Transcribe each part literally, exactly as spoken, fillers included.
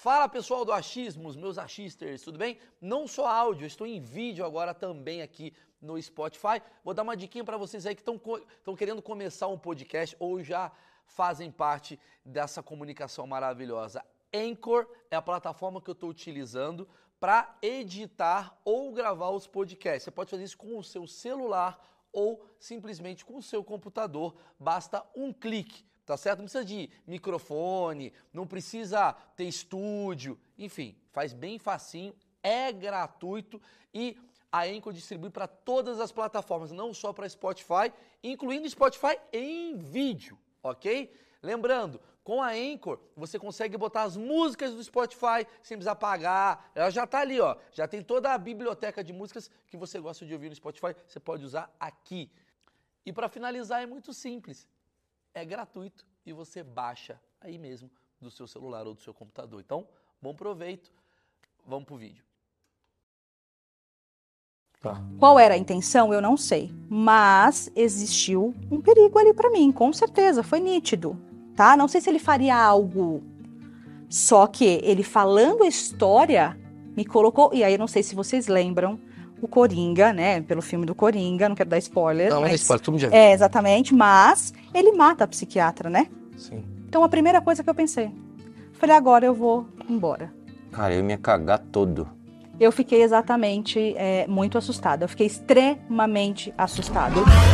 Fala pessoal do Achismos, meus achisters, tudo bem? Não só áudio, eu estou em vídeo agora também aqui no Spotify. Vou dar uma diquinha para vocês aí que estão querendo começar um podcast ou já fazem parte dessa comunicação maravilhosa. Anchor é a plataforma que eu estou utilizando para editar ou gravar os podcasts. Você pode fazer isso com o seu celular ou simplesmente com o seu computador, basta um clique. Tá certo? Não precisa de microfone, não precisa ter estúdio, enfim, faz bem facinho, é gratuito e a Anchor distribui para todas as plataformas, não só para Spotify, incluindo Spotify em vídeo, ok? Lembrando, com a Anchor você consegue botar as músicas do Spotify sem precisar pagar, ela já tá ali, ó, já tem toda a biblioteca de músicas que você gosta de ouvir no Spotify, você pode usar aqui. E para finalizar é muito simples. É gratuito e você baixa aí mesmo do seu celular ou do seu computador. Então, bom proveito. Vamos pro vídeo. Tá. Qual era a intenção, eu não sei. Mas existiu um perigo ali para mim, com certeza, foi nítido, tá? Não sei se ele faria algo, só que ele falando a história me colocou, e aí eu não sei se vocês lembram, o Coringa, né, pelo filme do Coringa, não quero dar spoiler. Não, mas é spoiler, todo mundo já viu. É, exatamente, mas ele mata a psiquiatra, né? Sim. Então a primeira coisa que eu pensei, falei, agora eu vou embora. Cara, eu ia me cagar todo. Eu fiquei exatamente é, muito assustada, eu fiquei extremamente assustada.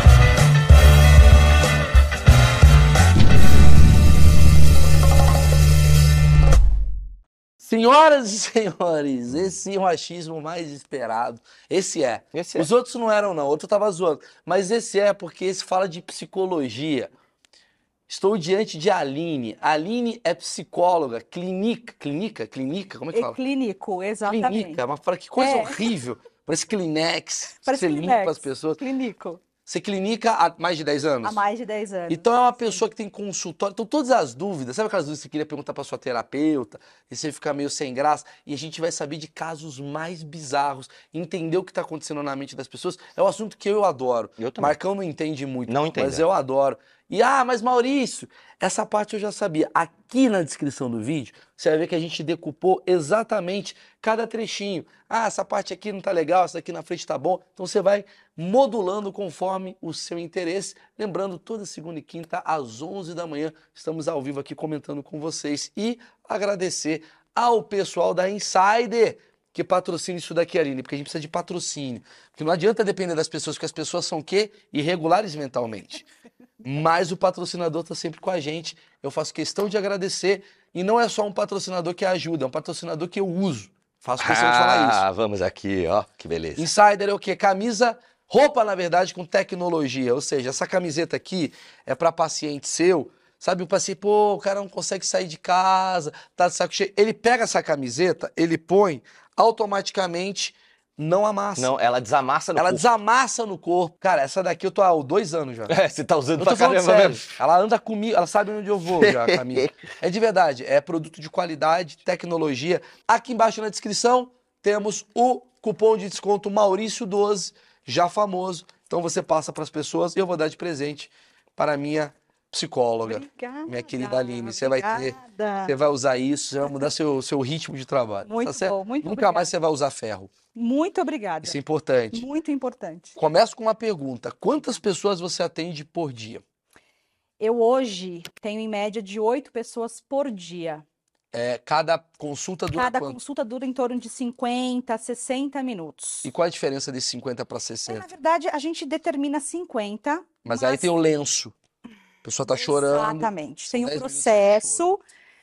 Senhoras e senhores, esse é o achismo mais esperado. Esse é. Esse é. Os outros não eram, não. Outro eu tava zoando. Mas esse é porque esse fala de psicologia. Estou diante de Aline. Aline é psicóloga, clínica, clínica, clínica, como é que É fala? clínico, exatamente. Clínica, mas fala que coisa É. horrível. Parece Kleenex, Parece você Kleenex, limpa as pessoas. Clínico. Você clinica há mais de dez anos? Há mais de dez anos. Então é uma pessoa que tem consultório, então todas as dúvidas, sabe aquelas dúvidas que você queria perguntar para sua terapeuta, e você fica meio sem graça, e a gente vai saber de casos mais bizarros, entender o que está acontecendo na mente das pessoas, é um assunto que eu adoro. Eu também. Marcão não entende muito, Não entende. mas eu adoro. E ah, mas Maurício, essa parte eu já sabia. Aqui na descrição do vídeo, você vai ver que a gente decupou exatamente cada trechinho. Ah, essa parte aqui não tá legal, essa daqui na frente tá bom. Então você vai modulando conforme o seu interesse. Lembrando, toda segunda e quinta, às onze da manhã, estamos ao vivo aqui comentando com vocês. E agradecer ao pessoal da Insider, que patrocina isso daqui, Aline, porque a gente precisa de patrocínio. Porque não adianta depender das pessoas, porque as pessoas são o quê? Irregulares mentalmente. Mas o patrocinador está sempre com a gente. Eu faço questão de agradecer. E não é só um patrocinador que ajuda, é um patrocinador que eu uso. Faço questão de falar isso. Ah, vamos aqui, ó, que beleza. Insider é o quê? Camisa, roupa, na verdade, com tecnologia. Ou seja, essa camiseta aqui é para paciente seu. Sabe, o paciente, pô, o cara não consegue sair de casa, tá de saco cheio. Ele pega essa camiseta, ele põe, automaticamente não amassa. Não, ela desamassa no Ela corpo. desamassa no corpo. Cara, essa daqui eu tô há dois anos já. É, você tá usando Eu pra tô falando caramba sério. mesmo. Ela anda comigo, ela sabe onde eu vou já, a camisa. É de verdade, é produto de qualidade, tecnologia. Aqui embaixo na descrição temos o cupom de desconto Maurício doze, já famoso. Então você passa para as pessoas e eu vou dar de presente para a minha psicóloga, Obrigada, minha querida Aline. Você vai ter, obrigada. você vai usar isso, você vai mudar seu, seu ritmo de trabalho. Muito tá certo? bom, muito Nunca obrigada. mais você vai usar ferro. Muito obrigada. Isso é importante. Muito importante. Começo com uma pergunta. Quantas pessoas você atende por dia? Eu hoje tenho em média de oito pessoas por dia. É, cada consulta dura Cada quanto? consulta dura em torno de cinquenta, sessenta minutos. E qual a diferença de cinquenta para É, na sessenta? verdade, a gente determina cinquenta. Mas, aí tem o lenço. A pessoa tá chorando. Exatamente. são Tem um dez minutos de processo.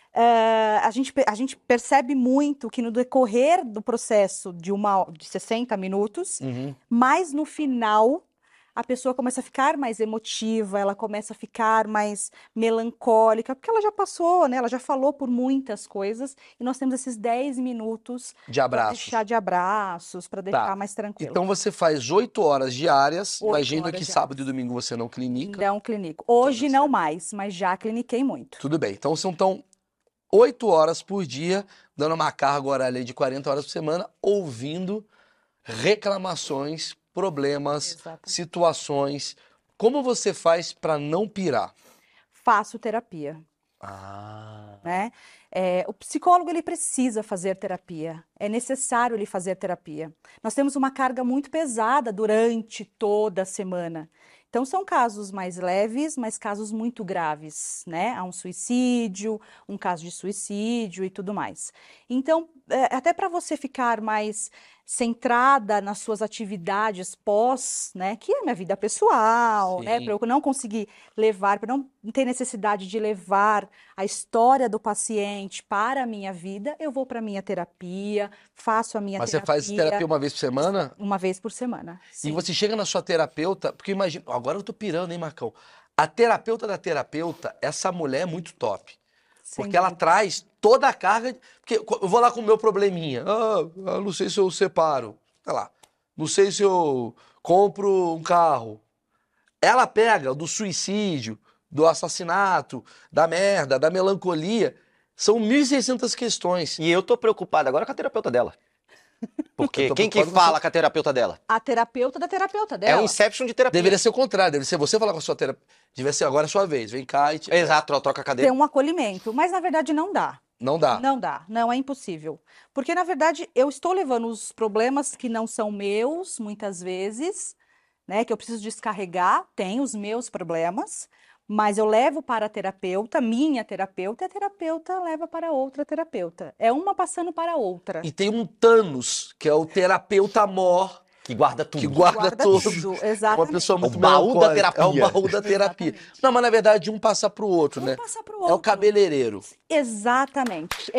eh, a, gente, pe- a gente percebe muito que no decorrer do processo de, uma, de sessenta minutos, Uhum. mas no final a pessoa começa a ficar mais emotiva, ela começa a ficar mais melancólica, porque ela já passou, né? Ela já falou por muitas coisas, e nós temos esses dez minutos De para abraços. deixar de abraços, para deixar mais tranquilo. Então você faz oito horas diárias. Oito Imagino horas que diárias. sábado e domingo você não clinica. Não clinico. Hoje Tudo não certo. mais, mas já cliniquei muito. Tudo bem. Então são então oito horas por dia, dando uma carga horária de quarenta horas por semana, ouvindo reclamações, problemas, Exatamente. situações. Como você faz para não pirar? Faço terapia. Ah. Né? É, o psicólogo ele precisa fazer terapia, é necessário ele fazer terapia. Nós temos uma carga muito pesada durante toda a semana. Então são casos mais leves, mas casos muito graves, né? Há um suicídio, um caso de suicídio e tudo mais. Então, é, até para você ficar mais centrada nas suas atividades pós, né? Que é minha vida pessoal, né? Sim. Para eu não conseguir levar, para não ter necessidade de levar a história do paciente para a minha vida, eu vou para a minha terapia, faço a minha Mas você terapia faz terapia uma vez por semana? uma vez por semana. E Sim. você chega na sua terapeuta, porque imagina, agora eu tô pirando, hein, Marcão? A terapeuta da terapeuta, essa mulher é muito top. Sem Porque ela dúvida. traz toda a carga. Porque eu vou lá com o meu probleminha. Ah, eu não sei se eu separo. Sei lá. Não sei se eu compro um carro. Ela pega do suicídio, do assassinato, da merda, da melancolia. São mil e seiscentas questões. E eu tô preocupado agora com a terapeuta dela. Porque Eu tô quem que preocupado com fala você. com a terapeuta dela? A terapeuta da terapeuta É dela. o Inception de terapia. Deveria ser o contrário. Deve ser você falar com a sua terapeuta. Devia ser agora a sua vez. Vem cá e te... Exato, tro- troca a Ter cadeira. um acolhimento, mas na verdade não dá. Não dá. Não dá, não é impossível. Porque na verdade eu estou levando os problemas que não são meus, muitas vezes, né, que eu preciso descarregar, tem os meus problemas, mas eu levo para a terapeuta, minha terapeuta, e a terapeuta leva para outra terapeuta. É uma passando para a outra. E tem um Thanos, que é o terapeuta mor, Que guarda tudo. que guarda, Guarda tudo. tudo, Uma exatamente. pessoa muito O baú da melancólica. É o terapia. baú da terapia. Exatamente. Não, mas na verdade um passa pro outro, Um né? passa para o É o outro. cabeleireiro. Exatamente,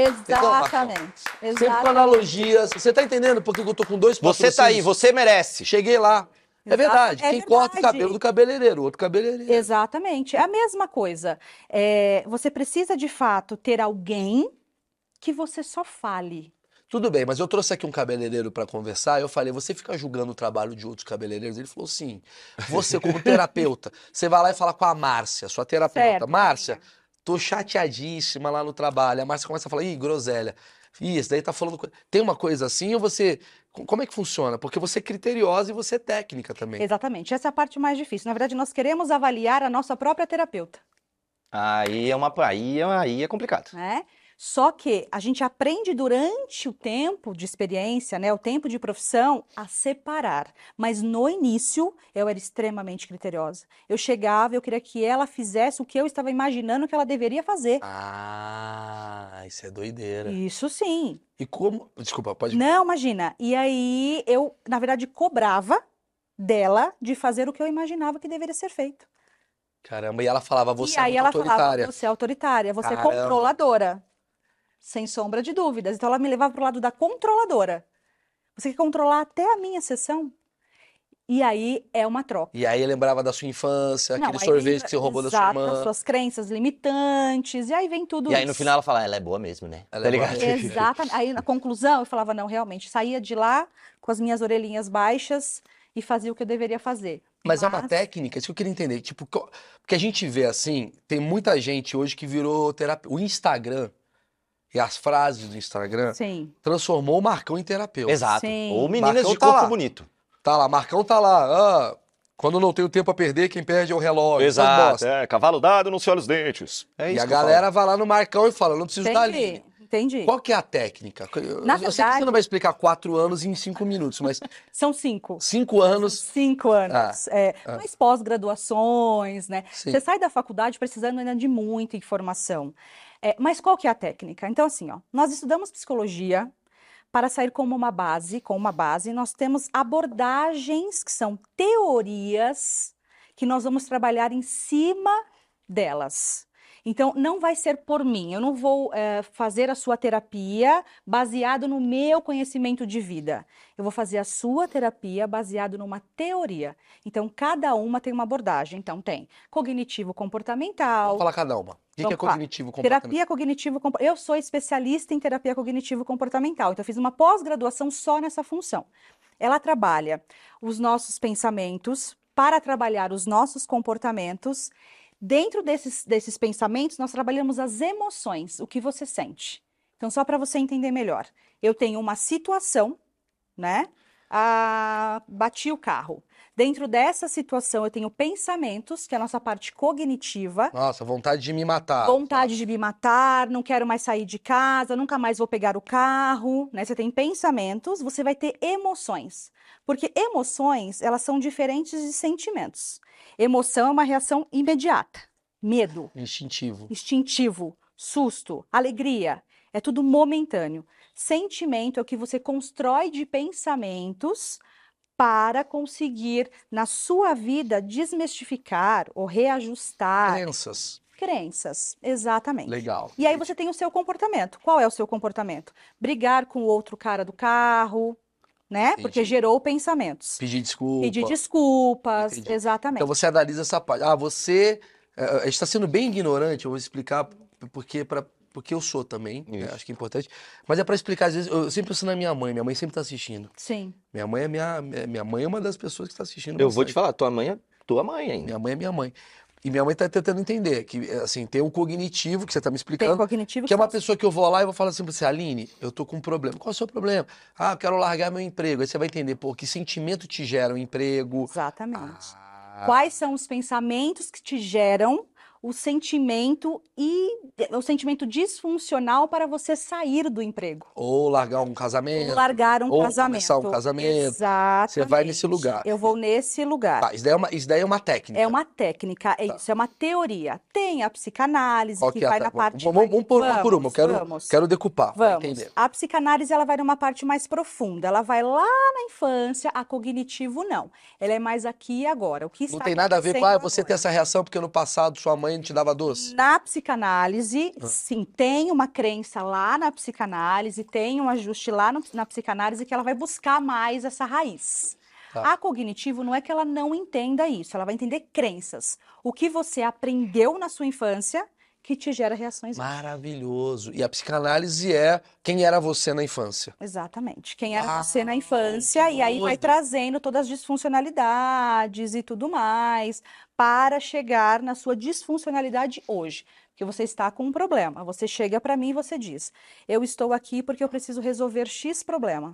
Sempre exatamente, com exatamente. analogias. Você tá entendendo por que eu tô com dois Você tá aí, patrocínios? você merece. Cheguei lá. É Exato, verdade. é Quem corta o verdade. cabelo do cabeleireiro, outro cabeleireiro. Exatamente, é a mesma coisa. É, você precisa de fato ter alguém que você só fale. Tudo bem, mas eu trouxe aqui um cabeleireiro pra conversar. Eu falei, você fica julgando o trabalho de outros cabeleireiros? Ele falou, sim. Você, como terapeuta, você vai lá e fala com a Márcia, sua terapeuta. Certo. Márcia, tô chateadíssima lá no trabalho. A Márcia começa a falar, ih, groselha. Ih, esse daí tá falando... co- Tem uma coisa assim ou você... co- Como é que funciona? Porque você é criteriosa e você é técnica também. Exatamente, essa é a parte mais difícil. Na verdade, nós queremos avaliar a nossa própria terapeuta, Aí é uma aí é, aí é complicado. né? Só que a gente aprende durante o tempo de experiência, né, o tempo de profissão, a separar. Mas no início, eu era extremamente criteriosa. Eu chegava, eu queria que ela fizesse o que eu estava imaginando que ela deveria fazer. Ah, isso é doideira. Isso sim. E como... Desculpa, pode... Não, imagina. E aí eu, na verdade, cobrava dela de fazer o que eu imaginava que deveria ser feito. Caramba, e ela falava, você E é aí muito ela autoritária. falava, você é autoritária, você é Caramba. controladora. Sem sombra de dúvidas. Então ela me levava para o lado da controladora. Você quer controlar até a minha sessão? E aí é uma troca. E aí lembrava da sua infância, Não, aquele aí sorvete entra- que você roubou da sua exato, irmã. as suas crenças limitantes, e aí vem tudo E aí no isso. final ela fala, ela é boa mesmo, né? Ela Tá é boa ligado? mesmo. Exatamente. Aí na conclusão eu falava, não, realmente, saía de lá com as minhas orelhinhas baixas e fazia o que eu deveria fazer. Mas é uma técnica, isso que eu queria entender. Tipo, co- porque a gente vê assim, tem muita gente hoje que virou terapeuta. O Instagram e as frases do Instagram Sim. transformou o Marcão em terapeuta. Exato. Sim. Ou meninas Marcão de tá corpo lá. bonito. Tá lá, Marcão tá lá. Ah, quando não tenho tempo a perder, quem perde é o relógio. essas bosta. é. Cavalo dado, não se olha os dentes. É E isso a que eu falo. galera vai lá no Marcão e fala, não preciso da Aline. Entendi. Entendi. Qual que é a técnica? Eu, Na eu sei que você verdade- não vai explicar quatro anos em cinco minutos, mas São cinco. cinco anos. Cinco anos. É, ah. mas pós-graduações, né? Sim. Você sai da faculdade precisando ainda de muita informação. É, mas qual que é a técnica? Então, assim, ó, nós estudamos psicologia para sair como uma base, com uma base, nós temos abordagens que são teorias que nós vamos trabalhar em cima delas. Então, não vai ser por mim, eu não vou eh, fazer a sua terapia baseado no meu conhecimento de vida. Eu vou fazer a sua terapia baseado numa teoria. Então, cada uma tem uma abordagem. Então, tem cognitivo-comportamental. Vamos falar cada uma. O que, que é Vamos falar. cognitivo comportamental? Terapia cognitivo compo- Eu sou especialista em terapia cognitivo comportamental, então eu fiz uma pós-graduação só nessa função. Ela trabalha os nossos pensamentos para trabalhar os nossos comportamentos. Dentro desses, desses pensamentos, nós trabalhamos as emoções, o que você sente. Então, só para você entender melhor, eu tenho uma situação, né? Ah, bati o carro. Dentro dessa situação, eu tenho pensamentos, que é a nossa parte cognitiva, Nossa, vontade de me matar. vontade de me matar, não quero mais sair de casa, nunca mais vou pegar o carro, né? Você tem pensamentos, você vai ter emoções. Porque emoções, elas são diferentes de sentimentos. Emoção é uma reação imediata. Medo, Instintivo. instintivo, susto, alegria, é tudo momentâneo. Sentimento é o que você constrói de pensamentos para conseguir, na sua vida, desmistificar ou reajustar Crenças. crenças. Exatamente. Legal. E aí você tem o seu comportamento. Qual é o seu comportamento? Brigar com o outro cara do carro, né? Entendi. Porque gerou pensamentos. Pedir desculpa. Pedir desculpas, Entendi. exatamente. Então você analisa essa parte. Ah, você. eh, A gente está sendo bem ignorante, eu vou explicar porque, pra, porque eu sou também, né, Isso. acho que é importante. Mas é para explicar, às vezes, eu sempre penso na minha mãe, minha mãe sempre está assistindo. Sim. Minha mãe é minha, minha mãe é uma das pessoas que está assistindo. Eu vou te bastante. falar, tua mãe é tua mãe ainda. Minha mãe é minha mãe. E minha mãe tá tentando entender que, assim, tem o cognitivo, que você tá me Tem explicando, cognitivo que é uma faz- pessoa que eu vou lá e vou falar assim pra você, Aline, eu tô com um problema. Qual é o seu problema? Ah, eu quero largar meu emprego. Aí você vai entender, pô, que sentimento te gera um emprego. Exatamente. Ah, Quais são os pensamentos que te geram o sentimento e o sentimento disfuncional para você sair do emprego? ou largar um casamento. Ou largar um ou casamento. começar um casamento. Exatamente. Você vai nesse lugar. Eu vou nesse lugar. Tá, isso daí é uma, isso daí é uma técnica. É uma técnica, é Tá. isso, é uma teoria. Tem a psicanálise, Qual que que é a vai te- na parte Vamos, vamos, mais... vamos por uma por uma, eu quero, vamos. quero decupar, pra Vamos. entender. A psicanálise, ela vai numa parte mais profunda. Ela vai lá na infância, a cognitivo não. Ela é mais aqui e agora. O que Não está tem nada a ver com, ah, acontecendo você tem agora? essa reação porque no passado sua mãe te dava doce. Na psicanálise, Ah. sim, tem uma crença lá na psicanálise, tem um ajuste lá no- na psicanálise que ela vai buscar mais essa raiz. Tá. A cognitivo não é que ela não entenda isso, ela vai entender crenças. O que você aprendeu na sua infância que te gera reações. Maravilhoso. E a psicanálise é quem era você na infância. Exatamente. Quem era Uau, você na infância, que e aí vai doido. trazendo todas as disfuncionalidades e tudo mais, para chegar na sua disfuncionalidade hoje. Porque você está com um problema. Você chega para mim e você diz: eu estou aqui porque eu preciso resolver X problema.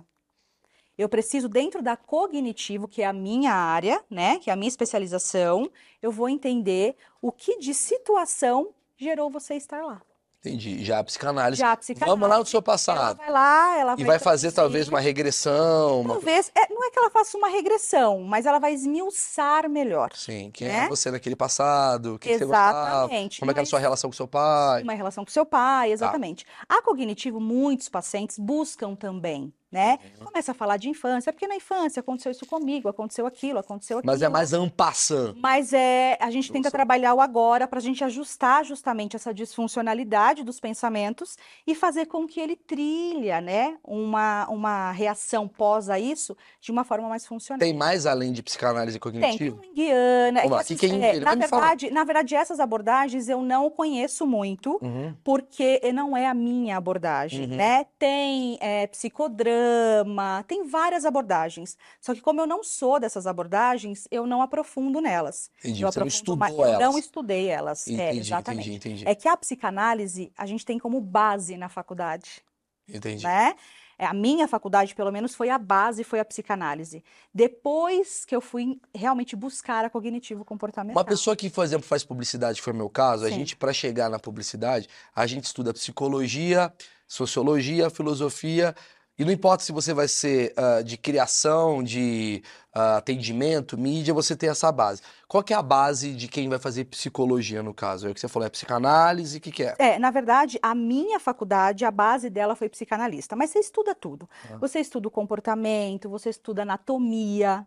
Eu preciso, dentro da cognitivo, que é a minha área, né, que é a minha especialização, eu vou entender o que de situação gerou você estar lá. Entendi. Já a psicanálise. Já a psicanálise, Vamos lá no seu ela passado. vai lá, ela E vai vai fazer traduzir. talvez uma regressão. Uma... Talvez, é, não é que ela faça uma regressão, mas ela vai esmiuçar melhor. Sim, quem né? era você naquele passado, o que, que você gostava, Exatamente. como é que era a Mas sua relação com seu pai. uma relação com seu pai, exatamente. A cognitivo, muitos pacientes buscam também, né? Começa a falar de infância, porque na infância aconteceu isso comigo, aconteceu aquilo, aconteceu aquilo. Mas é mais en passant. Mas é, a gente tenta Nossa. trabalhar o agora para a gente ajustar justamente essa disfuncionalidade dos pensamentos e fazer com que ele trilha, né, uma, uma reação pós a isso de uma forma mais funcional. Tem mais além de psicanálise Tem, tem cognitiva? um Junguiana. É Vamos lá, que que essas- que é é, Junguiana? na Vai me falar. verdade, na verdade, essas abordagens eu não conheço muito, Uhum. porque não é a minha abordagem, Uhum. né? Tem é, psicodrama, tem várias abordagens. Só que como eu não sou dessas abordagens, eu não aprofundo nelas. Entendi. Eu Você não aprofundo mais- estudou eu não elas. estudei elas. É, Entendi, exatamente. entendi, entendi. É que a psicanálise a gente tem como base na faculdade, Entendi. né? É, a minha faculdade, pelo menos, foi a base, foi a psicanálise. Depois que eu fui realmente buscar a cognitivo comportamental. Uma pessoa que, por exemplo, faz publicidade, que foi o meu caso, a Sim. gente, para chegar na publicidade, a gente estuda psicologia, sociologia, filosofia, e não importa se você vai ser ah, de criação, de ah, atendimento, mídia, você tem essa base. Qual que é a base de quem vai fazer psicologia, no caso? É o que você falou, é psicanálise, o que que é? É, na verdade, a minha faculdade, a base dela foi psicanalista, mas você estuda tudo. Ah. Você estuda o comportamento, você estuda anatomia,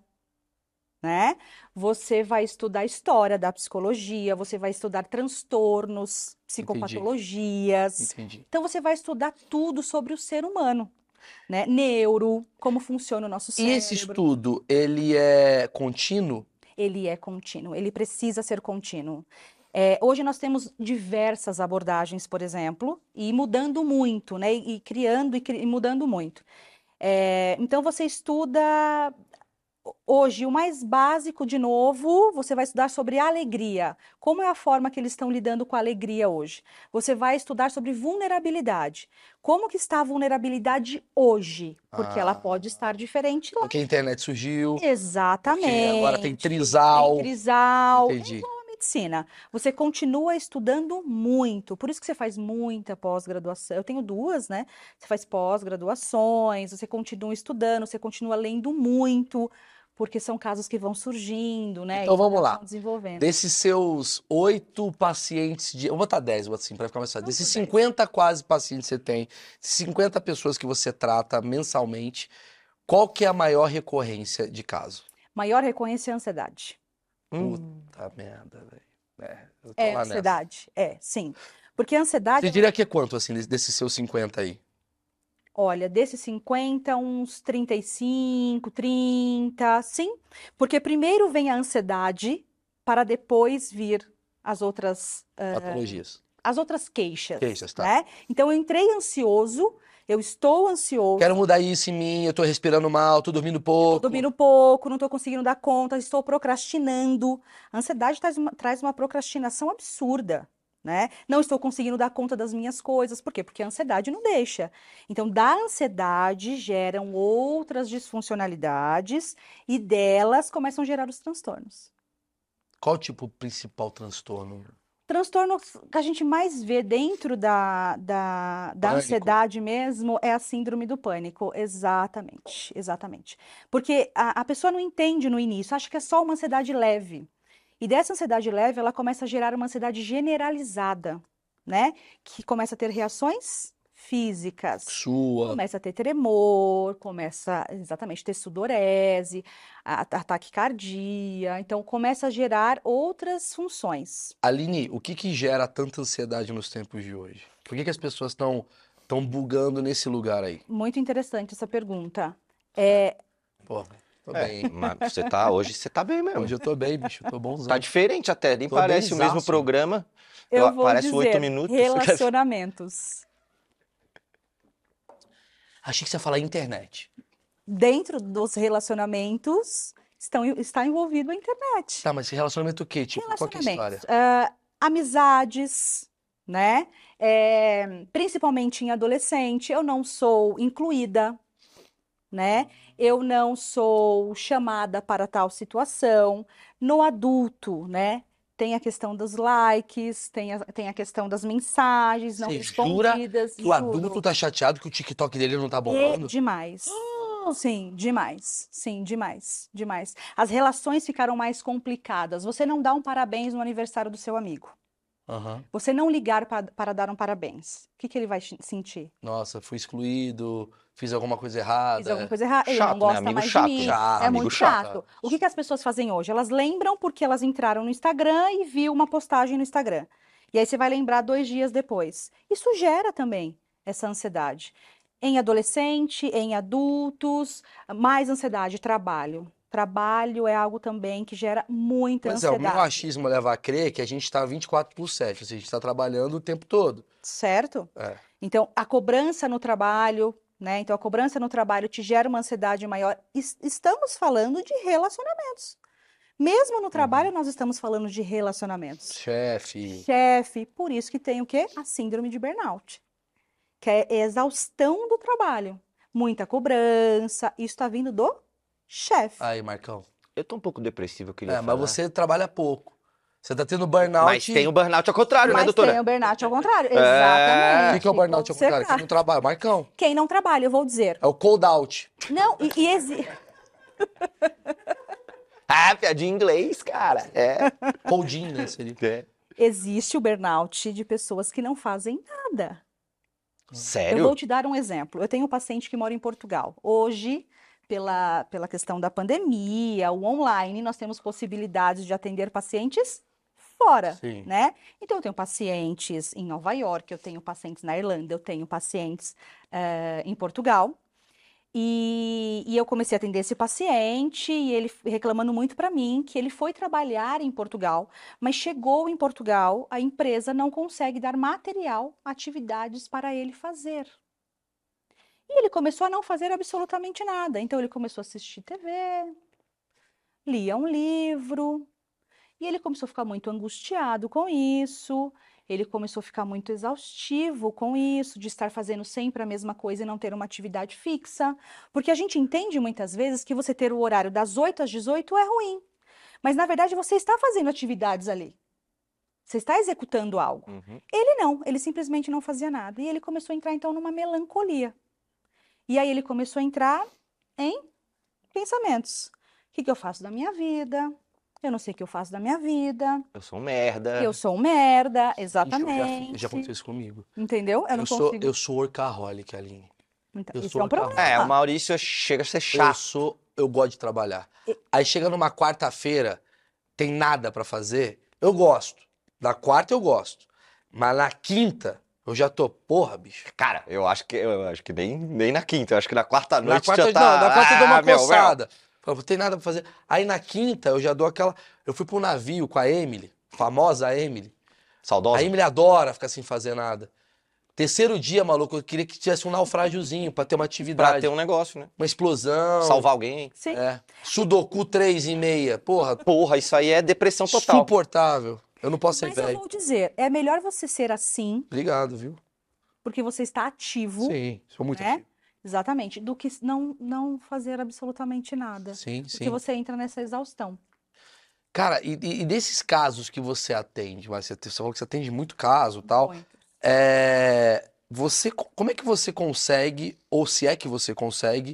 né? Você vai estudar a história da psicologia, você vai estudar transtornos, psicopatologias. Entendi. Então você vai estudar tudo sobre o ser humano, né? Neuro, como funciona o nosso E cérebro. esse estudo, ele é contínuo? Ele é contínuo, ele precisa ser contínuo. É, hoje nós temos diversas abordagens, por exemplo, e mudando muito, né? E, e criando e, cri- e mudando muito. É, então você estuda Hoje, o mais básico, de novo, você vai estudar sobre alegria. Como é a forma que eles estão lidando com a alegria hoje? Você vai estudar sobre vulnerabilidade. Como que está a vulnerabilidade hoje? Porque ela Ah. pode estar diferente lá. Porque a internet surgiu, porque Exatamente. agora tem trisal. Tem trisal. É Entendi. igual a medicina. Você continua estudando muito. Por isso que você faz muita pós-graduação. Eu tenho duas, né? Você faz pós-graduações, você continua estudando, você continua lendo muito, porque são casos que vão surgindo, né? Então E vamos lá. vão desenvolvendo. Desses seus oito pacientes, de, eu vou botar dez, vou assim, para ficar mais fácil. Vamos Desses por dez. cinquenta quase pacientes que você tem, cinquenta pessoas que você trata mensalmente, qual que é a maior recorrência de caso? Maior recorrência é a ansiedade. Puta merda, velho. É, eu tô É lá nessa. ansiedade, é, sim. Porque a ansiedade, Você diria que é quanto, assim, des- desses seus cinquenta aí? olha, desses cinquenta, uns trinta e cinco, trinta, sim. Porque primeiro vem a ansiedade, para depois vir as outras, Patologias. as outras queixas, Queixas, tá. né? Então eu entrei ansioso, eu estou ansioso, Quero mudar isso em mim, eu tô respirando mal, tô dormindo pouco. estou dormindo pouco, não estou conseguindo dar conta, estou procrastinando. A ansiedade traz uma, traz uma procrastinação absurda, né? Não estou conseguindo dar conta das minhas coisas. Por quê? Porque a ansiedade não deixa. Então, da ansiedade geram outras disfuncionalidades e delas começam a gerar os transtornos. Qual tipo o principal transtorno? Transtorno que a gente mais vê dentro da, da, da Pânico. ansiedade mesmo é a síndrome do pânico. Exatamente, exatamente. Porque a, a pessoa não entende no início, acha que é só uma ansiedade leve. E dessa ansiedade leve, ela começa a gerar uma ansiedade generalizada, né? Que começa a ter reações físicas. Sua. Começa a ter tremor, começa exatamente a ter sudorese, a, a taquicardia. Então, começa a gerar outras funções. Aline, o que que gera tanta ansiedade nos tempos de hoje? Por que que as pessoas estão estão bugando nesse lugar aí? Muito interessante essa pergunta. É, Pô, tô É, bem. mas você tá, hoje você tá bem mesmo. Hoje eu tô bem, bicho, eu tô bonzão. Tá diferente até, nem Tô parece o mesmo benzaço. programa. eu Eu- vou parece oito dizer, minutos. relacionamentos. Achei que você ia falar internet. Dentro dos relacionamentos estão, está envolvido a internet. Tá, mas esse relacionamento o quê? Tipo, qual que é a história? Relacionamentos, ah, amizades, né? É, principalmente em adolescente, eu não sou incluída, né? Eu não sou chamada para tal situação. No adulto, né? Tem a questão dos likes, tem a, tem a questão das mensagens não Você jura respondidas, que o adulto juro. tá chateado que o TikTok dele não tá É bombando? demais. Sim, demais. Sim, demais. Demais. As relações ficaram mais complicadas. Você não dá um parabéns no aniversário do seu amigo. Aham. Você não ligar pa- para dar um parabéns. O que que ele vai chi- sentir? Nossa, fui excluído, fiz alguma coisa errada. Fiz alguma coisa errada? Ele Chato, não né? gosta Amigo mais chato, de mim. né? Chato, É amigo muito chato. chato. O que que as pessoas fazem hoje? Elas lembram porque elas entraram no Instagram e viu uma postagem no Instagram. E aí você vai lembrar dois dias depois. Isso gera também essa ansiedade. Em adolescente, em adultos, mais ansiedade, trabalho. Trabalho é algo também que gera muita Pois é, o meu ansiedade. achismo leva a crer que a gente tá vinte e quatro por sete, ou seja, a gente tá trabalhando o tempo todo. Certo? É. Então, a cobrança no trabalho, né? Então, a cobrança no trabalho te gera uma ansiedade maior. Es- Estamos falando de relacionamentos. Mesmo no trabalho, nós estamos falando de relacionamentos. Chefe. Chefe, por isso que tem o quê? A síndrome de burnout, que é exaustão do trabalho. Muita cobrança, isso está vindo do chefe. Aí, Marcão. Eu tô um pouco depressivo, eu queria É, mas falar. você trabalha pouco. Você tá tendo burnout. Mas tem o burnout ao contrário, né, Mas doutora? tem o burnout ao contrário. É. Exatamente. O que que é o burnout ao Você contrário? tá- Quem não trabalha? Marcão. Quem não trabalha, eu vou dizer. É o cold out. Não, e, e exi... Ah, piadinha em inglês, cara. É. Coldinho, né? Seria. É. existe o burnout de pessoas que não fazem nada. Eu Sério? vou te dar um exemplo. Eu tenho um paciente que mora em Portugal. Hoje, pela, pela questão da pandemia, o online, nós temos possibilidades de atender pacientes fora, Sim. né? Então, eu tenho pacientes em Nova York, eu tenho pacientes na Irlanda, eu tenho pacientes eh, em Portugal. E, e eu comecei a atender esse paciente e ele reclamando muito para mim que ele foi trabalhar em Portugal, mas chegou em Portugal, a empresa não consegue dar material, atividades para ele fazer. E ele começou a não fazer absolutamente nada. Então ele começou a assistir T V, lia um livro, e ele começou a ficar muito angustiado com isso, ele começou a ficar muito exaustivo com isso, de estar fazendo sempre a mesma coisa e não ter uma atividade fixa, porque a gente entende muitas vezes que você ter o horário das oito às dezoito é ruim, mas na verdade você está fazendo atividades ali, você está executando algo. Uhum. Ele não, ele simplesmente não fazia nada, e ele começou a entrar então numa melancolia. E aí ele começou a entrar em pensamentos. O que que eu faço da minha vida? Eu não sei o que eu faço da minha vida. Eu sou um merda. Eu sou um merda, Ixi, eu já, fiz- exatamente. já aconteceu isso comigo. Entendeu? Eu Eu não sou, consigo. eu sou workaholic, Aline. Então, eu isso sou é um workaholic. problema. É, o Maurício chega a ser Eu chato. sou, eu gosto de trabalhar. Aí chega numa quarta-feira, tem nada pra fazer, eu gosto. Da quarta eu gosto. Mas na quinta, eu já tô, porra, bicho. Cara, eu acho que eu acho que nem, nem na quinta, eu acho que na quarta Na noite quarta, já tá. não, na quarta eu dou uma Ah, meu, meu. coçada. Falo, não tem nada pra fazer. Aí na quinta eu já dou aquela. Eu fui pra um navio com a Emily, famosa Emily. Saudosa. A Emily adora ficar sem fazer nada. Terceiro dia, maluco, eu queria que tivesse um naufrágiozinho pra ter uma atividade. Pra ter um negócio, né? Uma explosão. Salvar alguém. Sim. É. Sudoku três e meia. Porra, Porra, isso aí é depressão total. insuportável. Eu não posso ser Mas eu velho. vou dizer, é melhor você ser assim, Obrigado, viu? porque você está ativo, Sim, sou muito né? ativo. Exatamente, do que não, não fazer absolutamente nada. Sim, Porque sim. você entra nessa exaustão. Cara, e, e- e desses casos que você atende, mas você, você falou que você atende muito caso e tal, Muito. é, você, co- como é que você consegue, ou se é que você consegue,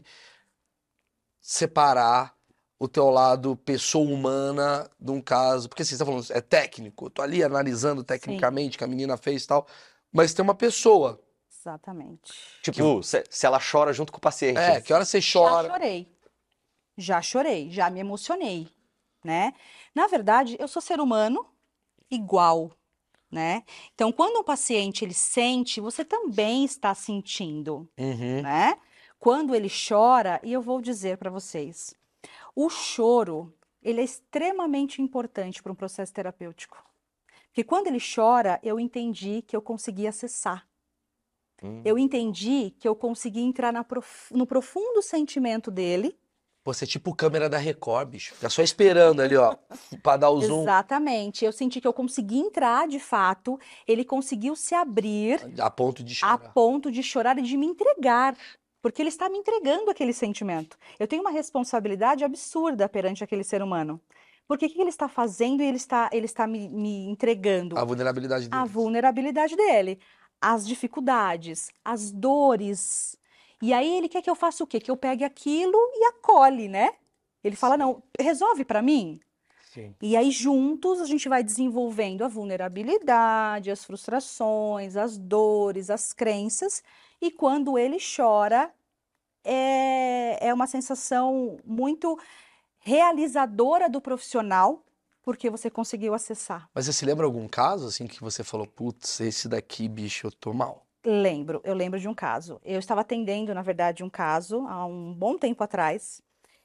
separar o teu lado pessoa humana de um caso? Porque assim, você tá falando, é técnico, eu tô ali analisando tecnicamente o que a menina fez e tal, mas tem uma pessoa. Exatamente. Tipo, se, se ela chora junto com o paciente. É, que hora você Já chora. chorei. Já chorei, já me emocionei, né? Na verdade, eu sou ser humano igual, né? Então, quando um paciente ele sente, você também está sentindo, Uhum. né? Quando ele chora, e eu vou dizer para vocês, o choro, ele é extremamente importante para um processo terapêutico. Porque quando ele chora, eu entendi que eu consegui acessar. Hum. Eu entendi que eu consegui entrar na prof- no profundo sentimento dele. Você é tipo câmera da Record, bicho. Fica só esperando ali, ó, pra dar o zoom. Exatamente. Eu senti que eu consegui entrar de fato. Ele conseguiu se abrir A ponto de a chorar. ponto de chorar e de me entregar. Porque ele está me entregando aquele sentimento. Eu tenho uma responsabilidade absurda perante aquele ser humano. Porque o que ele está fazendo e ele está, ele está me, me entregando? A vulnerabilidade A dele. vulnerabilidade dele, as dificuldades, as dores. E aí ele quer que eu faça o quê? Que eu pegue aquilo e acolhe, né? Ele fala, não, resolve para mim. Sim. E aí juntos a gente vai desenvolvendo a vulnerabilidade, as frustrações, as dores, as crenças. E quando ele chora, é, é uma sensação muito realizadora do profissional, porque você conseguiu acessar. Mas você se lembra algum caso, assim, que você falou, putz, esse daqui, bicho, eu tô mal? Lembro, eu lembro de um caso. Eu estava atendendo, na verdade, um caso há um bom tempo atrás,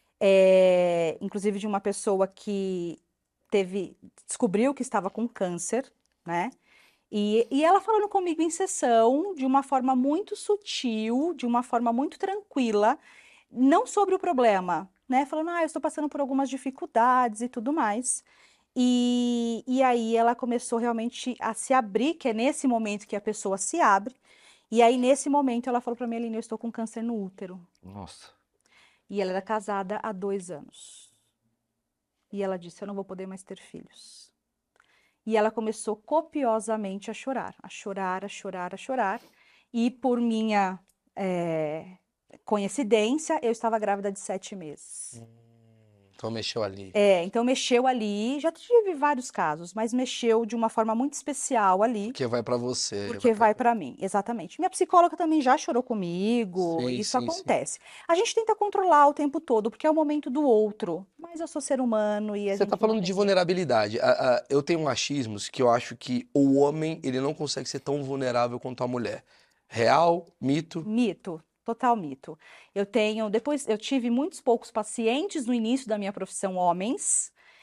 é, inclusive de uma pessoa que teve, descobriu que estava com câncer, né? E, e ela falando comigo em sessão, de uma forma muito sutil, de uma forma muito tranquila, não sobre o problema, né? Falando, ah, eu estou passando por algumas dificuldades e tudo mais. E, e aí ela começou realmente a se abrir, que é nesse momento que a pessoa se abre. E aí, nesse momento, ela falou para mim, Aline, eu estou com câncer no útero. Nossa. E ela era casada há dois anos. E ela disse, eu não vou poder mais ter filhos. E ela começou copiosamente a chorar, a chorar, a chorar, a chorar. E por minha eh, coincidência, eu estava grávida de sete meses. Então mexeu ali. É, então mexeu ali, já tive vários casos, mas mexeu de uma forma muito especial ali. Porque vai pra você. Porque vai para mim, exatamente. Minha psicóloga também já chorou comigo, Sim, isso sim, sim. acontece. A gente tenta controlar o tempo todo, porque é o momento do outro. Mas eu sou ser humano e a Você gente tá não falando tem de jeito. vulnerabilidade. A- a- eu tenho um achismos que eu acho que o homem, ele não consegue ser tão vulnerável quanto a mulher. Real, mito? Mito, total mito. Eu tenho, depois, eu tive muitos poucos pacientes no início da minha profissão, homens,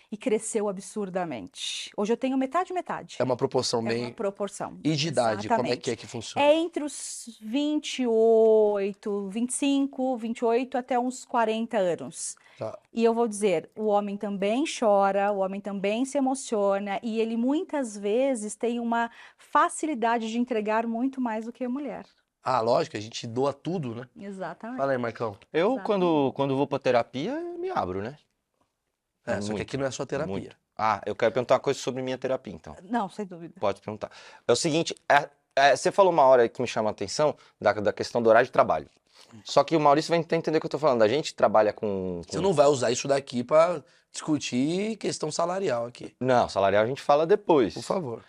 e cresceu absurdamente. Hoje eu tenho metade metade. É uma proporção É bem... uma proporção. E de idade, como é Exatamente. que é que funciona? É entre os vinte e oito, vinte e cinco, vinte e oito até uns quarenta anos. Tá. E eu vou dizer, o homem também chora, o homem também se emociona e ele muitas vezes tem uma facilidade de entregar muito mais do que a mulher. Ah, lógico, a gente doa tudo, né? Exatamente. Fala aí, Marcão. Eu, Exatamente. quando, quando vou pra terapia, eu me abro, né? É, só que Muito, aqui não é só terapia. muito. Ah, eu quero perguntar uma coisa sobre minha terapia, então. Não, sem dúvida. Pode perguntar. É o seguinte, é- é, você falou uma hora aí que me chama a atenção da, da questão do horário de trabalho. Só que o Maurício vai entender o que eu tô falando. A gente trabalha com... com- Você não vai usar isso daqui pra discutir questão salarial aqui. Não, salarial a gente fala depois. Por favor.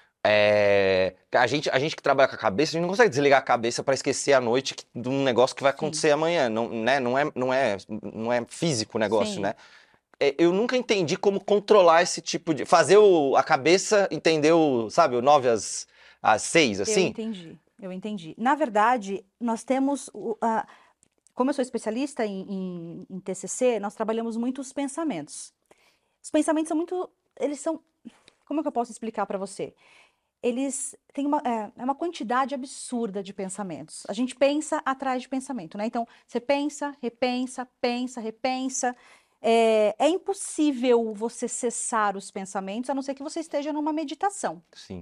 É, a gente, a gente que trabalha com a cabeça, a gente não consegue desligar a cabeça pra esquecer à noite que- de um negócio que vai acontecer amanhã. Não, né? não, é, não, é, não é físico o negócio, Sim. né? É, eu nunca entendi como controlar esse tipo de... Fazer o, a cabeça entender o, sabe, o nove às, às seis, Eu assim. entendi, eu entendi. Na verdade, nós temos, o- a- como eu sou especialista em, em- em T C C, nós trabalhamos muito os pensamentos. Os pensamentos são muito, eles são, como é que eu posso explicar para você? Eles têm uma, é, é uma quantidade absurda de pensamentos. A gente pensa atrás de pensamento, né? Então, você pensa, repensa, pensa, repensa. É, é impossível você cessar os pensamentos, a não ser que você esteja numa meditação. Sim.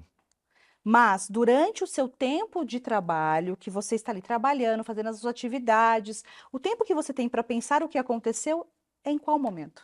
Mas durante o seu tempo de trabalho, que você está ali trabalhando, fazendo as suas atividades, o tempo que você tem para pensar o que aconteceu é em qual momento?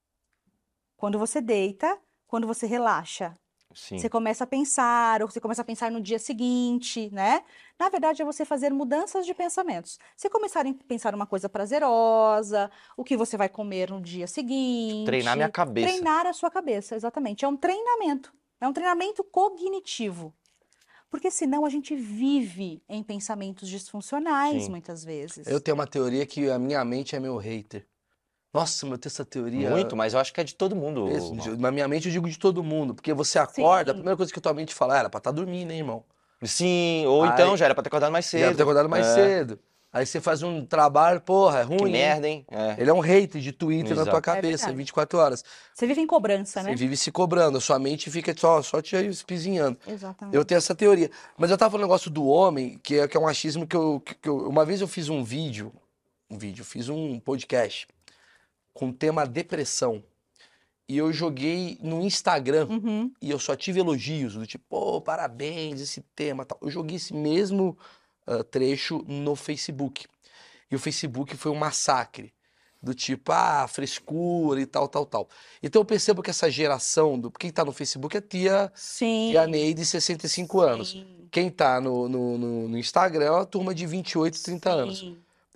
Quando você deita, quando você relaxa. Sim. Você começa a pensar, ou você começa a pensar no dia seguinte, né? Na verdade, é você fazer mudanças de pensamentos. Você começar a pensar uma coisa prazerosa, o que você vai comer no dia seguinte. Treinar minha cabeça. Treinar a sua cabeça, exatamente. É um treinamento. É um treinamento cognitivo. Porque senão a gente vive em pensamentos disfuncionais, Sim. muitas vezes. Eu tenho uma teoria que a minha mente é meu hater. Nossa, mas eu tenho essa teoria... Muito, mas eu acho que é de todo mundo. Isso, Mauro. na minha mente eu digo de todo mundo, porque você acorda, a Sim. primeira coisa que tua mente fala, ah, era pra estar dormindo, hein, irmão? Sim, ou Aí- então já era pra ter acordado mais Você era pra cedo. ter acordado mais É, cedo. Aí você faz um trabalho, porra, é ruim, Que hein? merda, hein? É. Ele é um hater de Twitter na tua Exato. cabeça, É verdade. vinte e quatro horas. Você vive em cobrança, Você né? vive se cobrando, a sua mente fica só, só te espizinhando. Exatamente. Eu tenho essa teoria. Mas eu tava falando um negócio do homem, que é, que é um achismo que eu, que eu... Uma vez eu fiz um vídeo, um vídeo, fiz um podcast com o tema depressão. E eu joguei no Instagram, Uhum. e eu só tive elogios, do tipo, pô, parabéns, esse tema, tal. Eu joguei esse mesmo ah, trecho no Facebook. E o Facebook foi um massacre, do tipo, ah, frescura e tal, tal, tal. Então eu percebo que essa geração, do quem tá no Facebook é tia, Sim. tia Neide, sessenta e cinco anos. Sim. Quem tá no, no, no, no Instagram é uma turma de vinte e oito, trinta anos. Sim.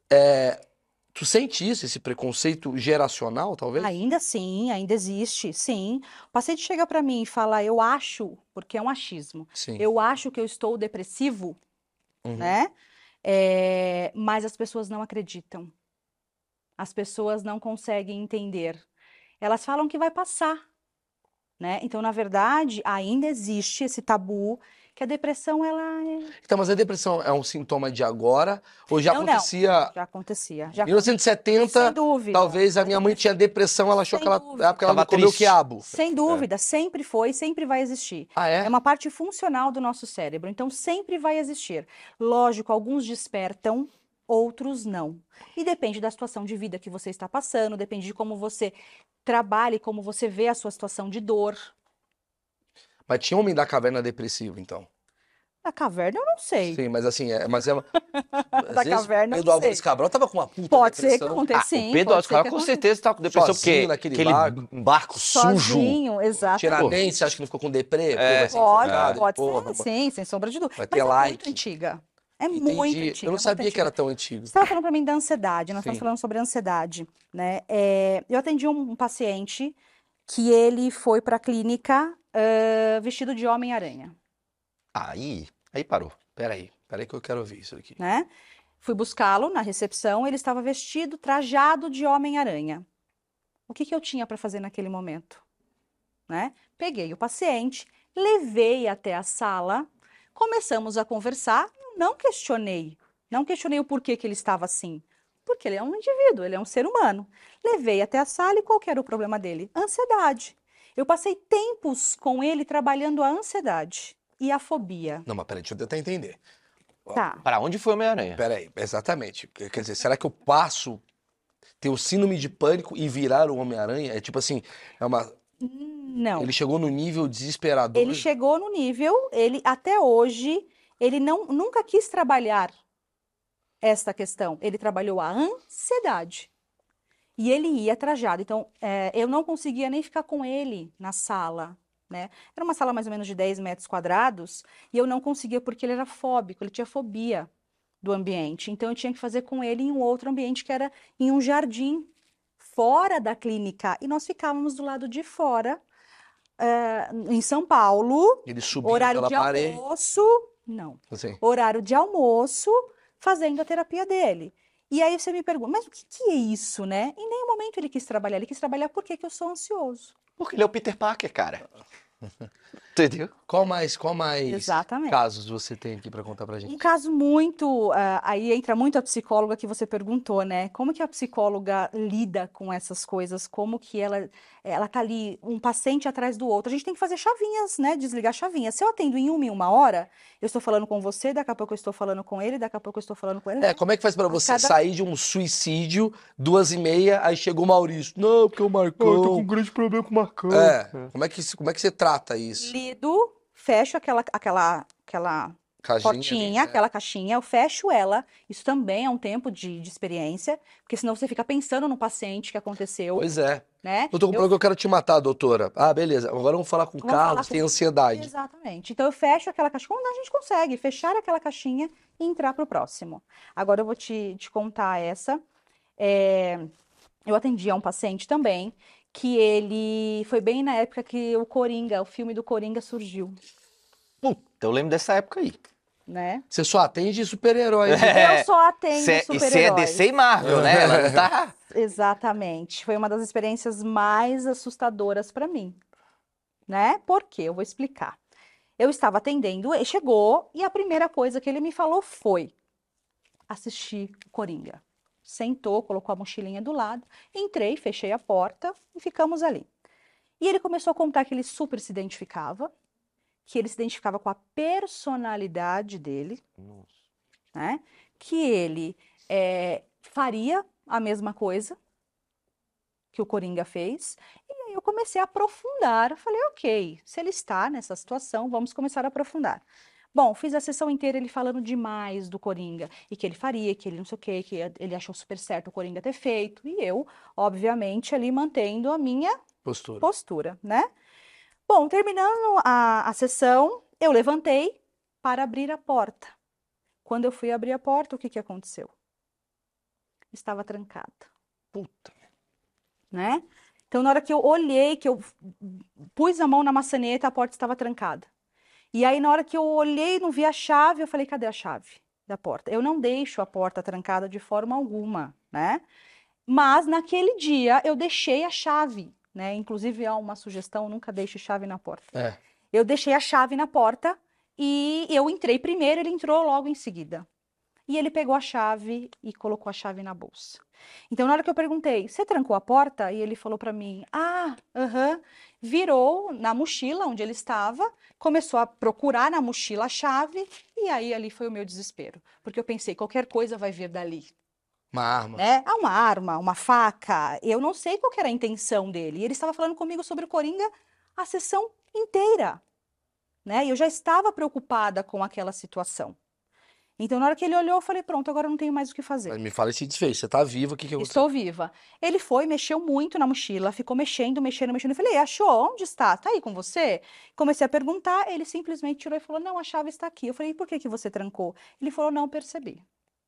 Tu sente isso, esse preconceito geracional, talvez? Ainda sim, ainda existe, sim. O paciente chega para mim e fala, eu acho, porque é um achismo, Sim. eu acho que eu estou depressivo, Uhum. né? É, mas as pessoas não acreditam. As pessoas não conseguem entender. Elas falam que vai passar, né? Então, na verdade, ainda existe esse tabu que a depressão, ela é... Então, mas a depressão é um sintoma de agora? Ou já Não, não. acontecia Já acontecia. Já em mil novecentos e setenta? Sem dúvida. Talvez a minha mãe tinha depressão, ela achou Sem que ela, dúvida. é porque ela Tava não comeu triste. quiabo. Sem dúvida, sempre foi, sempre vai existir. Ah, é? É uma parte funcional do nosso cérebro, então sempre vai existir. Lógico, alguns despertam, outros não. E depende da situação de vida que você está passando, depende de como você trabalha e como você vê a sua situação de dor. Mas tinha homem da caverna depressivo, então. A caverna eu não sei. Sim, mas assim, é, mas é... às Da vezes, caverna eu Pedro não Álvares sei. Cabral tava com uma puta Pode ser que depressão. aconteça, Ah, sim. o Pedro pode Alves ser Cabral que com aconteça. certeza tá com depressão, Sozinho porque naquele aquele barco. barco sujo. Sozinho, exato. Tiradentes, você acha que não ficou com deprê? Pô, É, vai ser Pode, enforcado, pode porra, ser, mano. sim, sem sombra de dúvida. Vai Mas ter é like. muito antiga. É Entendi. muito antiga. Eu não muito sabia que antiga. era tão antigo. Você estava falando para mim da ansiedade, nós Sim. estamos falando sobre ansiedade, né? É, eu atendi um, um paciente que ele foi para a clínica ah, vestido de Homem-Aranha, Aí, aí parou. Peraí, peraí que eu quero ouvir isso aqui. né? Fui buscá-lo na recepção, ele estava vestido, trajado de Homem-Aranha. O que que eu tinha para fazer naquele momento, né? Peguei o paciente, levei até a sala, começamos a conversar, eu não questionei, não questionei o porquê que ele estava assim, porque ele é um indivíduo, ele é um ser humano. Levei até a sala e qual que era o problema dele? Ansiedade. Eu passei tempos com ele trabalhando a ansiedade e a fobia. Não, mas peraí, deixa eu tentar entender. Tá. Para onde foi o Homem-Aranha? Peraí, exatamente. Quer dizer, será que eu passo ter o síndrome de pânico e virar o Homem-Aranha? É tipo assim, é uma... Não. Ele chegou no nível desesperador. Ele chegou no nível, ele até hoje, ele não, nunca quis trabalhar esta questão. Ele trabalhou a ansiedade. E ele ia trajado. Então, é, eu não conseguia nem ficar com ele na sala, né? Era uma sala mais ou menos de dez metros quadrados, e eu não conseguia porque ele era fóbico, ele tinha fobia do ambiente. Então, eu tinha que fazer com ele em um outro ambiente, que era em um jardim, fora da clínica. E nós ficávamos do lado de fora, é, em São Paulo, Ele subiu horário pela de parede. almoço, não, Assim. horário de almoço, fazendo a terapia dele. E aí você me pergunta, mas o que, que é isso, né? Em nenhum momento ele quis trabalhar, ele quis trabalhar porque que eu sou ansioso. Porque ele é o Peter Parker, cara. Entendeu? Qual mais, qual mais Exatamente. casos você tem aqui pra contar pra gente? Um caso muito, ah, aí entra muito a psicóloga que você perguntou, né? Como que a psicóloga lida com essas coisas? Como que ela, ela tá ali, um paciente atrás do outro? A gente tem que fazer chavinhas, né? Desligar chavinhas. Se eu atendo em uma em uma hora, eu estou falando com você, daqui a pouco eu estou falando com ele, daqui a pouco eu estou falando com ele. É, como é que faz pra você cada- sair de um suicídio, duas e meia, aí chegou o Maurício. Não, porque o Marcão... um grande problema com o Marcão. É, como é que, como é que você trata isso? Lido, fecho aquela, aquela, aquela Caixinha ali, portinha, né? aquela caixinha, eu fecho ela. Isso também é um tempo de, de experiência, porque senão você fica pensando no paciente que aconteceu, Pois é. né? Eu tô com um problema que eu quero te matar, doutora. Ah, beleza. Agora vamos falar com o Vamos falar Carlos, com- tem ansiedade. Exatamente. Então eu fecho aquela caixinha. Quando a gente consegue fechar aquela caixinha e entrar para o próximo. Agora eu vou te, te contar essa. É, eu atendi a um paciente também, que ele foi bem na época que o Coringa, o filme do Coringa surgiu, Puta, eu lembro dessa época aí. né? Você só atende super-herói. É. Eu só atendo Cê- E você é super-heróis. D C e Marvel, né? Ela não tá... Exatamente. Foi uma das experiências mais assustadoras para mim, né? Por quê? Eu vou explicar. Eu estava atendendo, ele chegou e a primeira coisa que ele me falou foi assistir o Coringa. Sentou, colocou a mochilinha do lado, entrei, fechei a porta e ficamos ali. E ele começou a contar que ele super se identificava, que ele se identificava com a personalidade dele, né? Que ele é, faria a mesma coisa que o Coringa fez. E aí eu comecei a aprofundar. Eu falei, ok, se ele está nessa situação, vamos começar a aprofundar. Bom, fiz a sessão inteira ele falando demais do Coringa, e que ele faria, que ele não sei o quê, que ele achou super certo o Coringa ter feito. E eu, obviamente, ali mantendo a minha Postura. postura, né? Bom, terminando a, a sessão, eu levantei para abrir a porta. Quando eu fui abrir a porta, o que que aconteceu? Estava trancada, Puta. né? Então, na hora que eu olhei, que eu pus a mão na maçaneta, a porta estava trancada. E aí, na hora que eu olhei e não vi a chave, eu falei, cadê a chave da porta? Eu não deixo a porta trancada de forma alguma, né? Mas, naquele dia, eu deixei a chave, né? Inclusive, há uma sugestão, nunca deixe chave na porta. É. Eu deixei a chave na porta e eu entrei primeiro, ele entrou logo em seguida. E ele pegou a chave e colocou a chave na bolsa. Então, na hora que eu perguntei, você trancou a porta? E ele falou para mim, ah, aham. Virou na mochila onde ele estava, começou a procurar na mochila a chave, e aí ali foi o meu desespero. Porque eu pensei, qualquer coisa vai vir dali, Uma arma. né? Ah, uma arma, uma faca, eu não sei qual que era a intenção dele. E ele estava falando comigo sobre o Coringa a sessão inteira, né? E eu já estava preocupada com aquela situação. Então, na hora que ele olhou, eu falei, pronto, agora eu não tenho mais o que fazer. Mas me fala esse desfecho. Você tá viva, o que que eu... Estou viva. Ele foi, mexeu muito na mochila, ficou mexendo, mexendo, mexendo. Eu falei, achou? Onde está? Tá aí com você? Comecei a perguntar, ele simplesmente tirou e falou, não, a chave está aqui. Eu falei, e por que que você trancou? Ele falou, não percebi.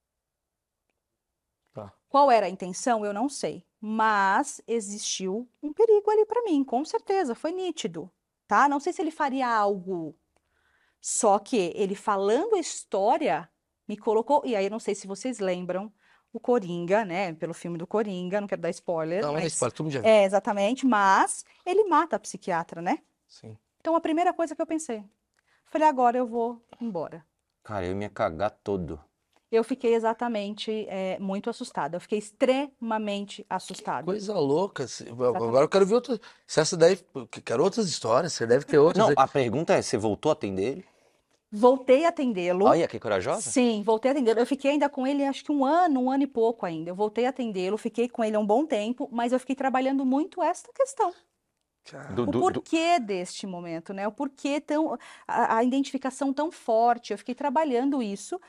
Tá. Qual era a intenção? Eu não sei. Mas existiu um perigo ali para mim, com certeza, foi nítido, tá? Não sei se ele faria algo, só que ele falando a história me colocou, e aí eu não sei se vocês lembram, o Coringa, né, pelo filme do Coringa, não quero dar spoiler, Não, mas é mas spoiler, todo mundo já viu. é, exatamente, mas ele mata a psiquiatra, né? Sim. Então a primeira coisa que eu pensei, falei, agora eu vou embora. Cara, eu ia me cagar todo. Eu fiquei exatamente é, muito assustada. Eu fiquei extremamente assustada. Coisa louca. se- Agora eu Exatamente. quero ver outras. Se essa daí. Quero outras histórias. Você deve ter outras Não, aí. a pergunta é, você voltou a atender ele? Voltei a atendê-lo. Olha, que corajosa. Sim, voltei a atendê-lo. Eu fiquei ainda com ele acho que um ano, um ano e pouco ainda. Eu voltei a atendê-lo, fiquei com ele há um bom tempo, mas eu fiquei trabalhando muito esta questão. Do, O do, do- porquê deste momento, né? O porquê tão, a, a identificação tão forte. Eu fiquei trabalhando isso,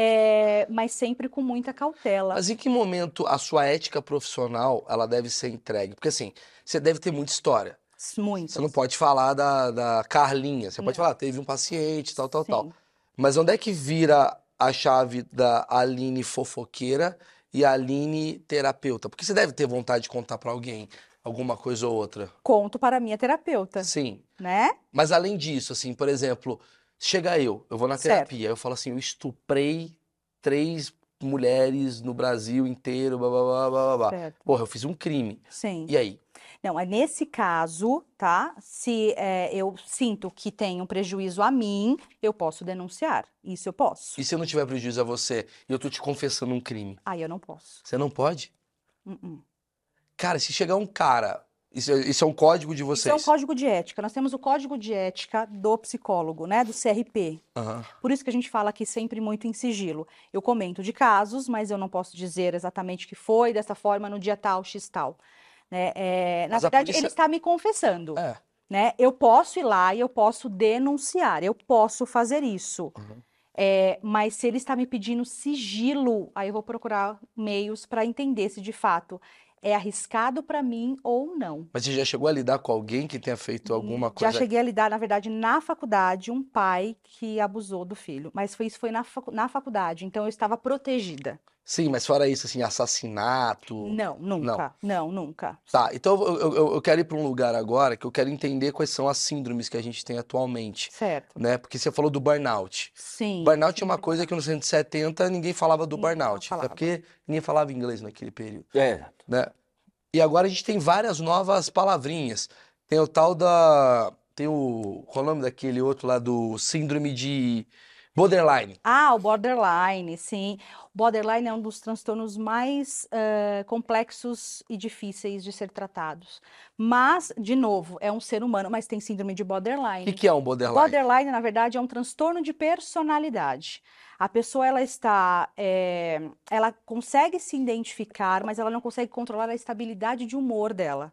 é, mas sempre com muita cautela. Mas em que momento a sua ética profissional ela deve ser entregue? Porque assim, você deve ter muita história. Muitas. Você não pode falar da, da Carlinha. Você pode Não. falar, teve um paciente, tal, tal, tal. Sim. Mas onde é que vira a chave da Aline fofoqueira e a Aline terapeuta? Porque você deve ter vontade de contar pra alguém alguma coisa ou outra. Conto para a minha terapeuta, Sim. né? Mas além disso, assim, por exemplo, chega eu, eu vou na Certo. terapia, eu falo assim, eu estuprei três mulheres no Brasil inteiro, blá, blá, blá, blá, blá, blá. Certo. Porra, eu fiz um crime. Sim. E aí? Não, é nesse caso, tá? Se é, eu sinto que tem um prejuízo a mim, eu posso denunciar. Isso eu posso. E se eu não tiver prejuízo a você e eu tô te confessando um crime? Aí eu não posso. Você não pode? Uh-uh. Cara, se chegar um cara, isso, é- isso é um código de Isso é um vocês. código de ética. Nós temos o código de ética do psicólogo, né? Do C R P. Aham. Por isso que a gente fala aqui sempre muito em sigilo. Eu comento de casos, mas eu não posso dizer exatamente o que foi, dessa forma, no dia tal, X tal. Né? É, na Mas a verdade, polícia- ele está me confessando. É. Né? Eu posso ir lá e eu posso denunciar, eu posso fazer isso. Uhum. É, mas se ele está me pedindo sigilo, aí eu vou procurar meios para entender se de fato é arriscado para mim ou não. Mas você já chegou a lidar com alguém que tenha feito alguma Já coisa? cheguei a lidar, na verdade, na faculdade, um pai que abusou do filho. Mas foi, isso foi na, facu- na faculdade, então eu estava protegida. Sim, mas fora isso, assim, assassinato. Não, nunca. Não, nunca. Tá, então eu, eu- eu- eu quero ir para um lugar agora que eu quero entender quais são as síndromes que a gente tem atualmente, Certo. né? Porque você falou do burnout. Sim. Burnout é uma sim, coisa que nos anos setenta ninguém falava do Não, burnout. não Até falava. porque ninguém falava inglês naquele período, É. né? E agora a gente tem várias novas palavrinhas. Tem o tal da... Tem o... Qual é o nome daquele outro lá do síndrome de borderline? Ah, o borderline, sim. O borderline é um dos transtornos mais eh, complexos e difíceis de ser tratados. Mas, de novo, é um ser humano, mas tem síndrome de O borderline. que que é um borderline? Borderline, na verdade, é um transtorno de personalidade. A pessoa, ela está, eh, ela consegue se identificar, mas ela não consegue controlar a estabilidade de humor dela.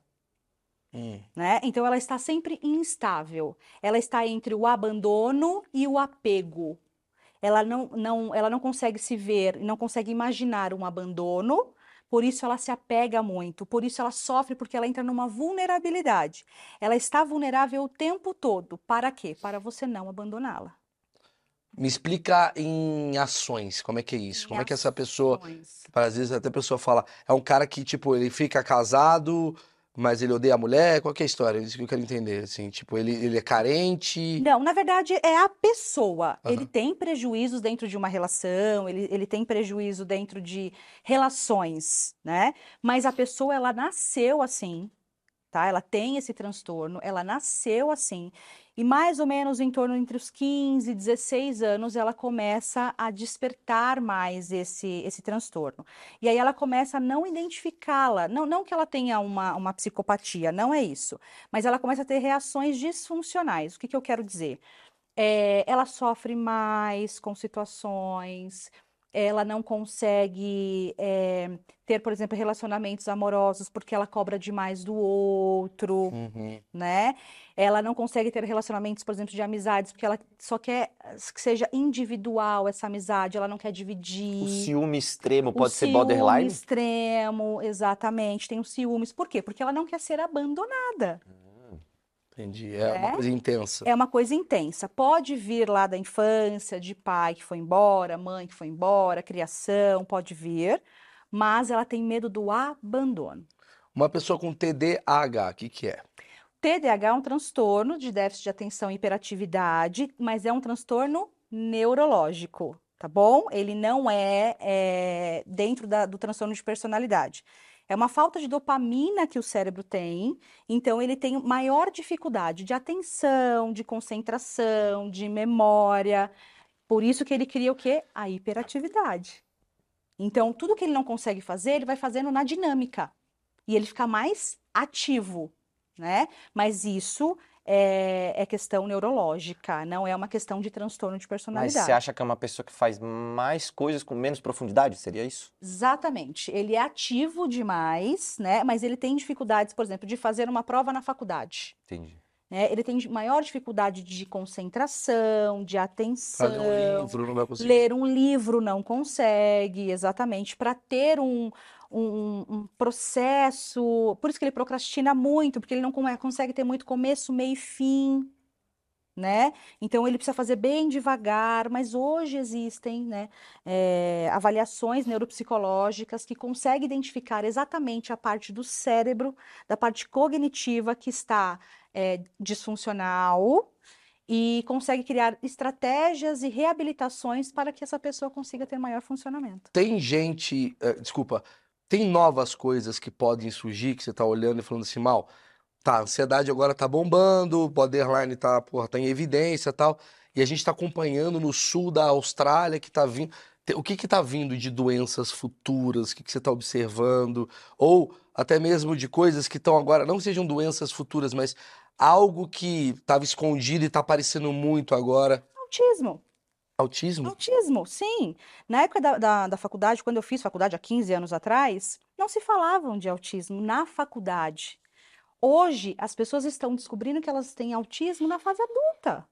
Hum. Né? Então, ela está sempre instável. Ela está entre o abandono e o apego. Ela não, não, ela não consegue se ver, não consegue imaginar um abandono, por isso ela se apega muito, por isso ela sofre, porque ela entra numa vulnerabilidade. Ela está vulnerável o tempo todo. Para quê? Para você não abandoná-la. Me explica em ações, como é que é isso? Em Como é que essa pessoa... ações. Às vezes até a pessoa fala, é um cara que, tipo, ele fica casado, mas ele odeia a mulher, qual que é a história? Isso que eu quero entender, assim, tipo, ele, ele é carente... Não, na verdade é a pessoa. Aham. Ele tem prejuízos dentro de uma relação, ele, ele tem prejuízo dentro de relações, né? Mas a pessoa, ela nasceu assim, tá? Ela tem esse transtorno, ela nasceu assim. E mais ou menos em torno entre os quinze e dezesseis anos, ela começa a despertar mais esse, esse transtorno. E aí ela começa a não identificá-la. Não, não que ela tenha uma, uma psicopatia, não é isso. Mas ela começa a ter reações disfuncionais. O que que eu quero dizer? É, ela sofre mais com situações, ela não consegue é, ter, por exemplo, relacionamentos amorosos porque ela cobra demais do outro, Uhum. né? Ela não consegue ter relacionamentos, por exemplo, de amizades porque ela só quer que seja individual essa amizade, ela não quer O dividir. ciúme extremo O pode ser ciúme borderline? extremo, exatamente, tem os ciúmes. Por quê? Porque ela não quer ser abandonada. Entendi, é uma É. coisa intensa. É uma coisa intensa. Pode vir lá da infância, de pai que foi embora, mãe que foi embora, criação, pode vir, mas ela tem medo do abandono. Uma pessoa com T D A H, o que que é? T D A H é um transtorno de déficit de atenção e hiperatividade, mas é um transtorno neurológico, tá bom? Ele não é, é, dentro da- do transtorno de personalidade. É uma falta de dopamina que o cérebro tem, então ele tem maior dificuldade de atenção, de concentração, de memória. Por isso que ele cria o quê? A hiperatividade. Então, tudo que ele não consegue fazer, ele vai fazendo na dinâmica. E ele fica mais ativo, né? Mas isso é, é questão neurológica, não é uma questão de transtorno de Mas personalidade. você acha que é uma pessoa que faz mais coisas com menos profundidade? Seria isso? Exatamente. Ele é ativo demais, né? Mas ele tem dificuldades, por exemplo, de fazer uma prova na faculdade. Entendi. Né? Ele tem maior dificuldade de concentração, de atenção. Pra ler um livro, não vai conseguir. Ler um livro não consegue, exatamente, para ter um, um, um processo. Por isso que ele procrastina muito, porque ele não come- consegue ter muito começo, meio e fim, né? Então ele precisa fazer bem devagar, mas hoje existem, né, eh, avaliações neuropsicológicas que conseguem identificar exatamente a parte do cérebro, da parte cognitiva que está eh, disfuncional e consegue criar estratégias e reabilitações para que essa pessoa consiga ter maior funcionamento. Tem gente, eh, desculpa, tem novas coisas que podem surgir que você tá olhando e falando assim, mal, tá, a ansiedade agora tá bombando, o borderline tá, porra, tá em evidência e tal, e a gente tá acompanhando no sul da Austrália que tá vindo, te- o que que tá vindo de doenças futuras, o que que você tá observando, ou até mesmo de coisas que estão agora, não que sejam doenças futuras, mas algo que estava escondido e tá aparecendo muito agora. Autismo. Autismo? Autismo, sim. Na época da, da, da faculdade, quando eu fiz faculdade há quinze anos atrás, não se falavam de autismo na faculdade. Hoje, as pessoas estão descobrindo que elas têm autismo na fase adulta.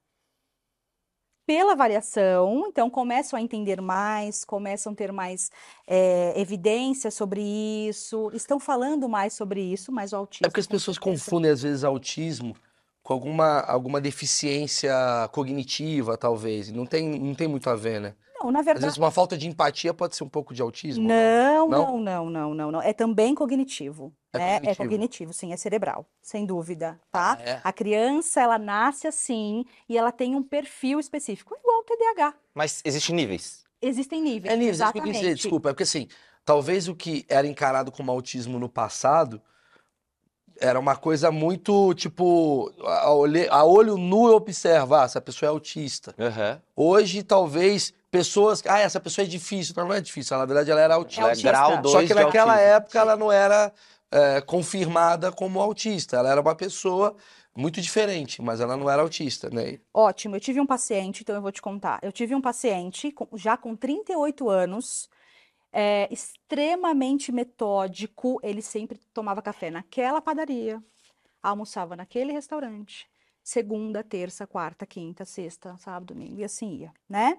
Pela avaliação, então começam a entender mais, começam a ter mais eh, evidência sobre isso, estão falando mais sobre isso, mas o É autismo, porque as com pessoas certeza. confundem, às vezes, autismo com alguma, alguma deficiência cognitiva, talvez. E Não tem, não tem muito a ver, né? Não, na Às vezes, verdade, uma falta de empatia pode ser um pouco de autismo, ou não, não? não, não, não, não, não. É também cognitivo, É né? É cognitivo. cognitivo, sim, é cerebral, sem dúvida, Ah, tá? é? A criança, ela nasce assim e ela tem um perfil específico, igual o T D A H. Mas existem níveis. Existem níveis, É níveis, é isso que eu quis dizer, exatamente. desculpa. É porque, assim, talvez o que era encarado como autismo no passado era uma coisa muito, tipo, a, olhe- a olho nu eu observo, ah, essa pessoa é autista. Aham. Hoje, talvez, pessoas... Ah, essa pessoa é difícil. Não, não é difícil, na verdade ela era autista. Ela é autista. grau Só dois Só que de naquela autismo. época ela não era é, confirmada como autista. Ela era uma pessoa muito diferente, mas ela não era autista, né? Ótimo, eu tive um paciente, então eu vou te contar. Eu tive um paciente com- já com trinta e oito anos, é, extremamente metódico, ele sempre tomava café naquela padaria, almoçava naquele restaurante, segunda, terça, quarta, quinta, sexta, sábado, domingo, e assim ia, né?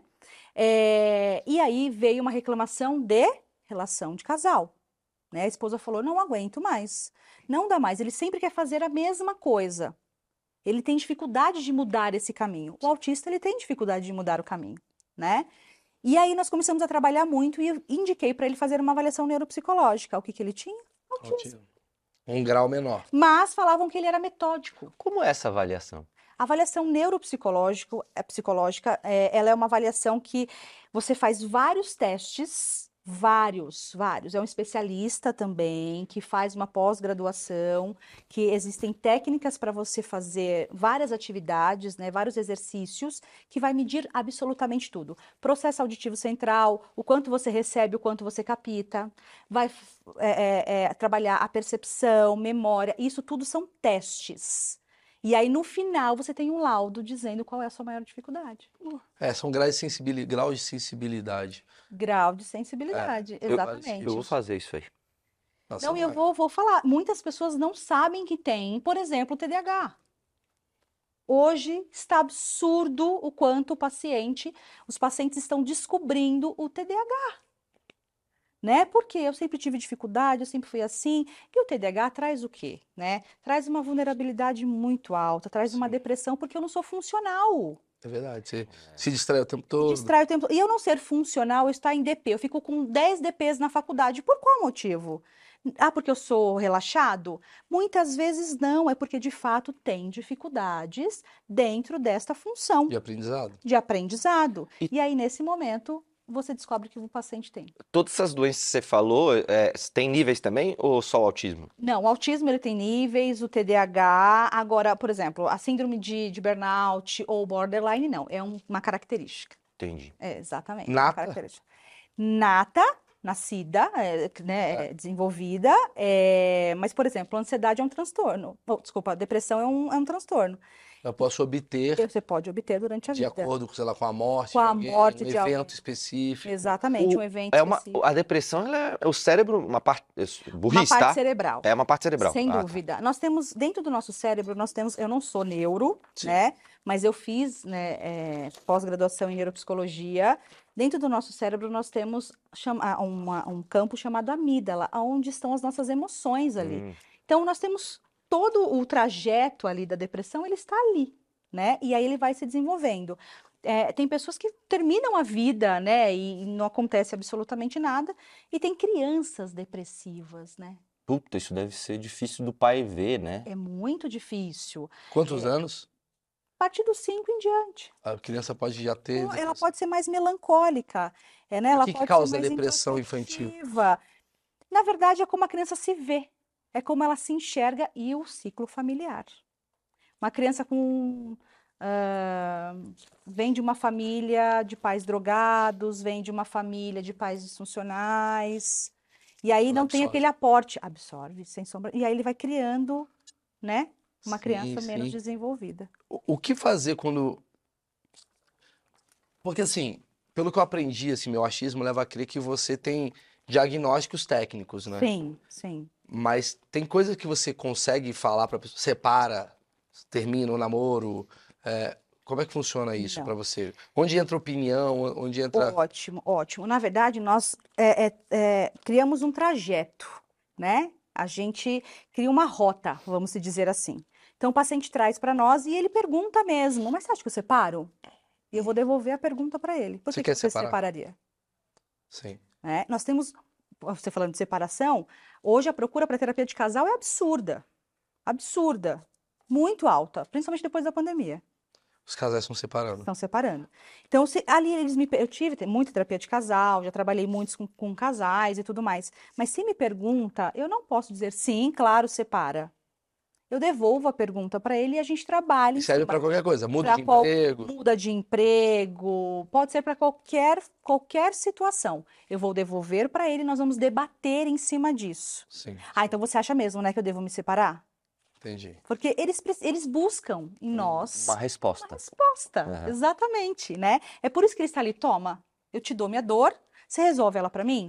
É, e aí veio uma reclamação de relação de casal, né? A esposa falou, não aguento mais, não dá mais, ele sempre quer fazer a mesma coisa. Ele tem dificuldade de mudar esse caminho. O autista, ele tem dificuldade de mudar o caminho, né? E aí nós começamos a trabalhar muito e eu indiquei para ele fazer uma avaliação neuropsicológica. O que que ele tinha? Autismo. Autismo. Um grau menor. Mas falavam que ele era metódico. Como é essa avaliação? A avaliação neuropsicológico, é, psicológica, é, ela é uma avaliação que você faz vários testes, vários, vários. É um especialista também que faz uma pós-graduação, que existem técnicas para você fazer várias atividades, né, vários exercícios, que vai medir absolutamente tudo. Processo auditivo central, o quanto você recebe, o quanto você capta, vai é, é, é, trabalhar a percepção, memória, isso tudo são testes. E aí, no final, você tem um laudo dizendo qual é a sua maior dificuldade. É, são graus de sensibilidade. Graus de sensibilidade. Grau de sensibilidade, eu- exatamente. Eu vou fazer isso aí. Nossa, Não, e eu vai. vou, vou falar. Muitas pessoas não sabem que tem, por exemplo, o T D A H. Hoje está absurdo o quanto o paciente, os pacientes estão descobrindo o T D A H. Né? Porque eu sempre tive dificuldade, eu sempre fui assim. E o T D A H traz o quê? Né? Traz uma vulnerabilidade muito alta, traz uma Sim. depressão, porque eu não sou funcional. É verdade, você se distrai o tempo Me todo. distrai o tempo. E eu não ser funcional, eu estar em D P. Eu fico com dez D Ps na faculdade. Por qual motivo? Ah, porque eu sou relaxado? Muitas vezes não, é porque de fato tem dificuldades dentro desta função De aprendizado. de aprendizado. E- E aí, nesse momento, você descobre que o paciente tem. Todas essas doenças que você falou, é, tem níveis também ou só o autismo? Não, o autismo ele tem níveis, o T D A H, agora, por exemplo, a síndrome de, de burnout ou borderline, não, é um- uma característica. Entendi. É, exatamente. Nata? Uma característica. Nata, nascida, é, né, é desenvolvida, é, mas, por exemplo, a ansiedade é um transtorno. Oh, desculpa, a depressão é um, é um transtorno. Eu posso obter E você pode obter durante a de vida. acordo com, sei lá, com a morte Com de a alguém, morte um de evento alguém. específico. Exatamente, O- um evento é uma, específico. a depressão, ela é o cérebro, uma parte. Uma Burrice, parte tá? cerebral. É uma parte cerebral. Sem Ah, tá. dúvida. Nós temos, dentro do nosso cérebro, nós temos, eu não sou neuro, Sim. né? Mas eu fiz, né, é, pós-graduação em neuropsicologia. Dentro do nosso cérebro, nós temos chama, uma- um campo chamado amígdala, onde estão as nossas emoções ali. Hum. Então, nós temos todo o trajeto ali da depressão, ele está ali, né? E aí ele vai se desenvolvendo. É, tem pessoas que terminam a vida, né, e, e não acontece absolutamente nada. E tem crianças depressivas, né? Puta, isso deve ser difícil do pai ver, né? É muito difícil. Quantos anos A partir dos cinco em diante. a criança pode já ter Ela depressão? pode ser mais melancólica, é, né? O Ela que que pode causa ser mais depressão infantil? introspectiva. Na verdade, é como a criança se vê, é como ela se enxerga e o ciclo familiar. Uma criança com ah, vem de uma família de pais drogados, vem de uma família de pais disfuncionais, e aí Ela não tem absorve. aquele aporte, absorve, sem sombra, e aí ele vai criando, né, uma Sim, criança menos sim. desenvolvida. O, o que fazer quando... Porque assim, pelo que eu aprendi, assim, meu achismo leva a crer que você tem diagnósticos técnicos, né? Sim, sim. Mas tem coisas que você consegue falar pra pessoa, separa, termina o namoro, é, como é que funciona isso Não. pra você? Onde entra opinião, onde entra... Ótimo, ótimo. Na verdade, nós é, é, é, criamos um trajeto, né? A gente cria uma rota, vamos se dizer assim. Então, o paciente traz para nós e ele pergunta mesmo, mas você acha que eu separo? E eu vou devolver a pergunta para ele. Por Você que que quer você separar? separaria? Sim. Né? Nós temos, você falando de separação, hoje a procura para terapia de casal é absurda. Absurda. Muito alta, principalmente depois da pandemia. Os casais estão separando. Estão separando. Então, se, ali eles me. Eu tive tem muita terapia de casal, já trabalhei muitos com, com casais e tudo mais. Mas se me pergunta, eu não posso dizer sim, claro, separa. Eu devolvo a pergunta para ele e a gente trabalha E em serve cima. pra qualquer coisa, muda Pra de qual- emprego. Muda de emprego, pode ser para qualquer, qualquer situação. Eu vou devolver para ele e nós vamos debater em cima disso. Sim, Ah, então você acha mesmo, né, que eu devo me separar? entendi. Porque eles, pre- eles buscam em nós Uma resposta. uma resposta, Aham. exatamente, né? É por isso que ele está ali, toma, eu te dou minha dor, você resolve ela para mim?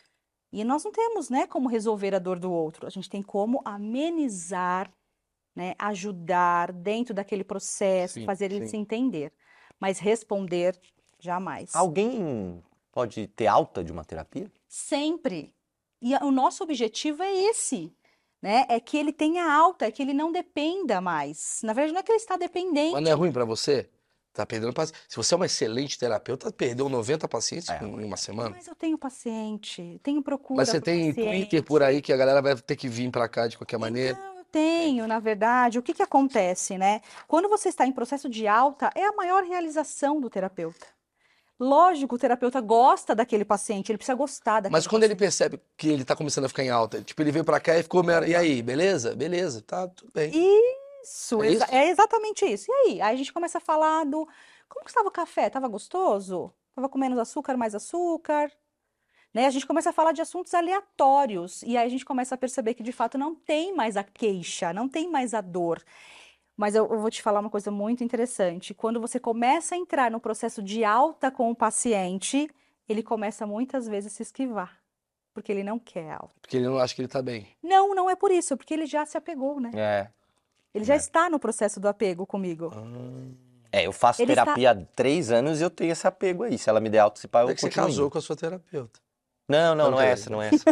E nós não temos, né, como resolver a dor do outro. A gente tem como amenizar, né, ajudar dentro daquele processo, Sim, fazer ele sim. se entender. Mas responder, jamais. Alguém pode ter alta de uma terapia? Sempre. E a- o nosso objetivo é esse, né? É que ele tenha alta, é que ele não dependa mais. Na verdade, não é que ele está dependente. Mas não é ruim pra você? Tá perdendo paciente. Se você é uma excelente terapeuta, perdeu noventa pacientes É em ruim. uma semana. Mas eu tenho paciente, tenho procura Mas você por tem paciente. Twitter por aí que a galera vai ter que vir pra cá de qualquer maneira. Então, eu tenho, na verdade. O que que acontece, né? Quando você está em processo de alta, é a maior realização do terapeuta. Lógico, o terapeuta gosta daquele paciente, ele precisa gostar daquele Mas quando ele paciente. percebe que ele tá começando a ficar em alta, tipo, ele veio pra cá e ficou meio... E aí, beleza? Beleza, tá tudo bem. Isso, É exa- isso? é exatamente isso. E aí? Aí a gente começa a falar do... Como que estava o café? Estava gostoso? Estava com menos açúcar, mais açúcar? Né? A gente começa a falar de assuntos aleatórios. E aí a gente começa a perceber que, de fato, não tem mais a queixa, não tem mais a dor. Mas eu, eu vou te falar uma coisa muito interessante. Quando você começa a entrar no processo de alta com o paciente, ele começa muitas vezes a se esquivar. Porque ele não quer alta. Porque ele não acha que ele tá bem. Não, não é por isso, porque ele já se apegou, né? É. Ele já É. está no processo do apego comigo. Ah, É, eu faço Ele está- terapia há três anos e eu tenho esse apego aí. Se ela me der alta, se pá, eu é que você continuo casou indo. com a sua terapeuta. Não, não, Não, não é beleza. essa, não é essa.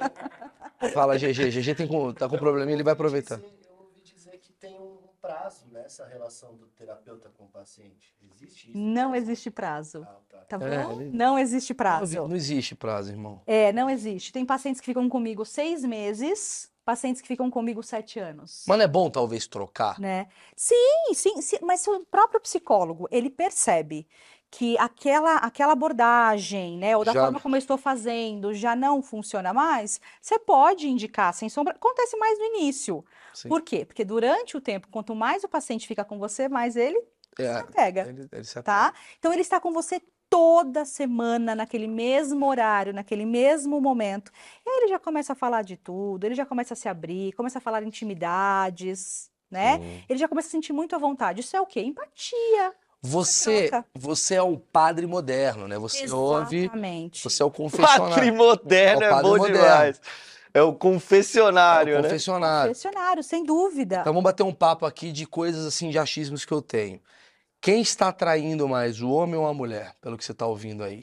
Fala, G G. G G tem com, tá com probleminha, ele vai aproveitar. Eu ouvi dizer que tem um prazo nessa relação do terapeuta com o paciente. Existe isso? Não existe prazo, Ah, tá. tá bom? É, ele- Não existe Não, prazo. não existe prazo, irmão. É, não existe. Tem pacientes que ficam comigo seis meses, pacientes que ficam comigo sete anos. Mas não é bom, talvez, trocar? Né? Sim, sim, sim, mas se o próprio psicólogo, ele percebe que aquela, aquela abordagem, né, ou da Já- forma como eu estou fazendo, já não funciona mais, você pode indicar, sem sombra. Acontece mais no início. Sim. Por quê? Porque durante o tempo, quanto mais o paciente fica com você, mais ele se apega, Ele, ele se apega. tá? Então ele está com você toda semana, naquele mesmo horário, naquele mesmo momento. E aí ele já começa a falar de tudo, ele já começa a se abrir, começa a falar intimidades, né? Sim. Ele já começa a sentir muito à vontade. Isso é o quê? Empatia. Você, troca. você é o padre moderno, né? Você ouve, Exatamente. você é o Padre confessionário. moderno É é, o padre bom moderno. demais. É o É confessionário, o né? confessionário. Confessionário, sem dúvida. Então vamos bater um papo aqui de coisas assim, de achismos que eu tenho. Quem está atraindo mais, o homem ou a mulher, pelo que você está ouvindo aí?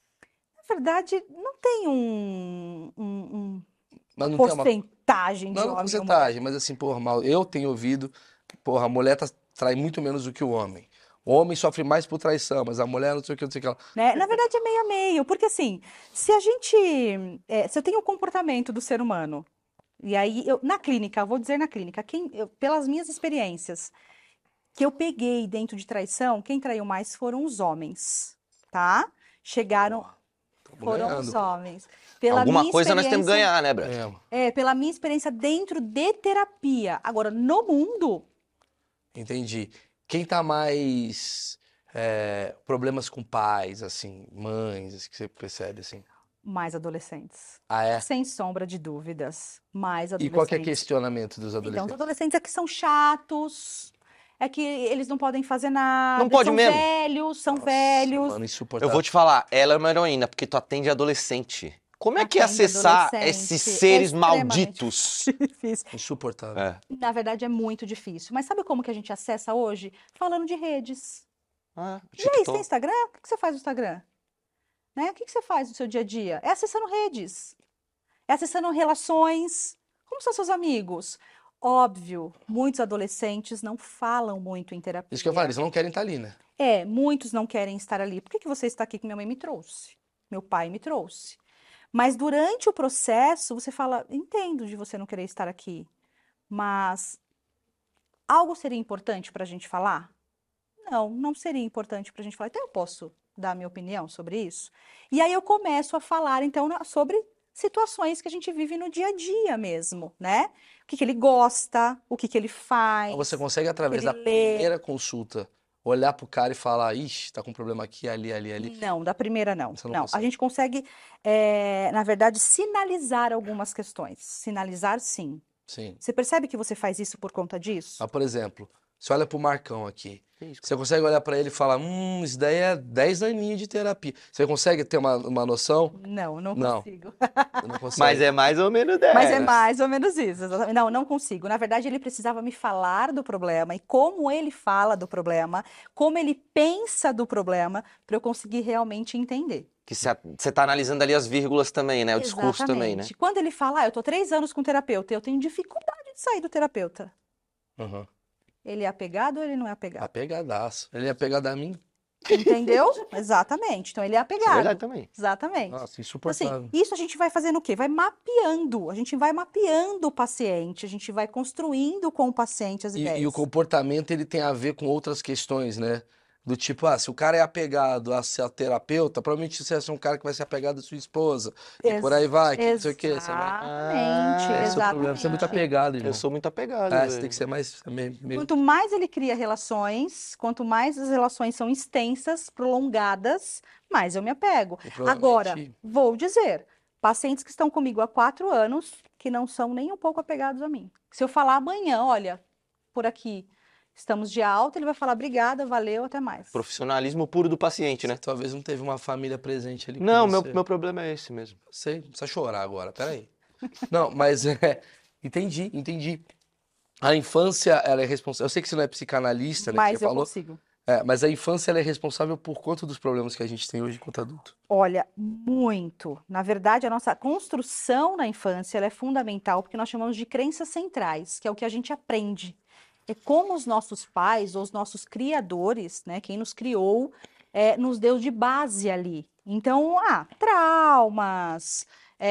Na verdade, não tem um, um- um- Mas uma não tem uma... porcentagem de Não, não homem e mulher. porcentagem, mas assim, porra, mal, eu tenho ouvido, porra, a mulher tá, trai muito menos do que o homem. O homem sofre mais por traição, mas a mulher não sei o que, não sei o que lá. Né? Na verdade, é meio a meio, porque assim, se a gente, é, se eu tenho o comportamento do ser humano, e aí, eu, na clínica, eu vou dizer na clínica, quem, eu- pelas minhas experiências, que eu peguei dentro de traição, quem traiu mais foram os homens, tá? Chegaram, Tamo foram ganhando. os homens. Pela Alguma minha coisa nós temos que experiência- ganhar, né, Brad? É, É, pela minha experiência dentro de terapia. Agora, no mundo, entendi. Quem tá mais é, problemas com pais, assim, mães, assim, que você percebe, assim? mais adolescentes. Ah, é? Sem sombra de dúvidas, mais E qual que é o adolescentes. questionamento dos Então, os adolescentes? adolescentes é que são chatos, é que eles não podem fazer nada, Não pode são mesmo? velhos, são Nossa, velhos. mano, Eu insuportável. vou te falar, ela é uma heroína, porque tu atende adolescente. Como é que é Atende acessar adolescente, esses é seres extremamente malditos? difícil. Insuportável. É. Na verdade, é muito difícil. Mas sabe como que a gente acessa hoje? Falando de redes. Ah, E aí, você tem TikTok. Instagram? O que que você faz no Instagram? Né? O que que você faz no seu dia a dia? É acessando redes. É acessando relações. Como são seus amigos? Óbvio, muitos adolescentes não falam muito em terapia. Isso que eu falei, eles não querem estar ali, né? É, muitos não querem estar ali. Por que que você está aqui que minha mãe me trouxe? Meu pai me trouxe. Mas durante o processo, você fala, entendo de você não querer estar aqui, mas algo seria importante para a gente falar? Não, não seria importante para a gente falar. Então eu posso dar a minha opinião sobre isso? E aí eu começo a falar, então, na- sobre situações que a gente vive no dia a dia mesmo, né? O que que ele gosta, o que que ele faz, Então você consegue, através ele da lê. primeira consulta, olhar pro cara e falar, ixi, tá com problema aqui, ali, ali, ali. Não, da primeira não. Você não Não, a consegue. gente consegue, eh, na verdade, sinalizar algumas questões. Sinalizar, sim. Sim. Você percebe que você faz isso por conta disso? Mas, por exemplo, você olha pro Marcão aqui. Que isso, Você consegue olhar pra ele e falar, hum, isso daí é dez aninhos de terapia. Você consegue ter uma, uma noção? Não, não Não. consigo. Não consegue. Mas é mais ou menos dez. Mas é mais ou menos isso. exatamente. Não, não consigo. Na verdade, ele precisava me falar do problema e como ele fala do problema, como ele pensa do problema, para eu conseguir realmente entender. Que você tá analisando ali as vírgulas também, né? O discurso também, né? Exatamente. Quando ele fala, ah, eu tô três anos com terapeuta, eu tenho dificuldade de sair do terapeuta. Uhum. Ele é apegado ou ele não é apegado? Apegadaço. Ele é apegado a mim? Entendeu? Exatamente. Então ele é Isso é apegado. verdade também. Exatamente. Nossa, Então, assim, insuportável. isso a gente vai fazendo o quê? Vai mapeando. A gente vai mapeando o paciente, a gente vai construindo com o paciente as E, e ideias. o comportamento, ele tem a ver com outras questões, né? Do tipo, ah, se o cara é apegado a ser terapeuta, provavelmente você vai ser um cara que vai ser apegado à sua esposa. E por aí vai, que não sei o quê. Você vai... Exatamente, Esse é o problema, você é muito exatamente. apegado, irmão. Eu sou muito apegado, É, você velho. tem que ser mais também, meio... Quanto mais ele cria relações, quanto mais as relações são extensas, prolongadas, mais eu me apego. E provavelmente- Agora, vou dizer, pacientes que estão comigo há quatro anos que não são nem um pouco apegados a mim. Se eu falar amanhã, olha, por aqui estamos de alta, ele vai falar obrigada, valeu, até mais. Profissionalismo puro do paciente, né? Você talvez não teve uma família presente ali com Não, meu, você. meu problema é esse mesmo. Sei, não precisa chorar agora, peraí. Não, mas é... Entendi, entendi. A infância, ela é responsável... Eu sei que você não é psicanalista, né, que Mas você eu falou. consigo. É, mas a infância, ela é responsável por conta dos problemas que a gente tem hoje enquanto adulto. Olha, muito. Na verdade, a nossa construção na infância ela é fundamental porque nós chamamos de crenças centrais, que é o que a gente aprende. É como os nossos pais ou os nossos criadores, né, quem nos criou, é, nos deu de base ali. Então, ah, traumas,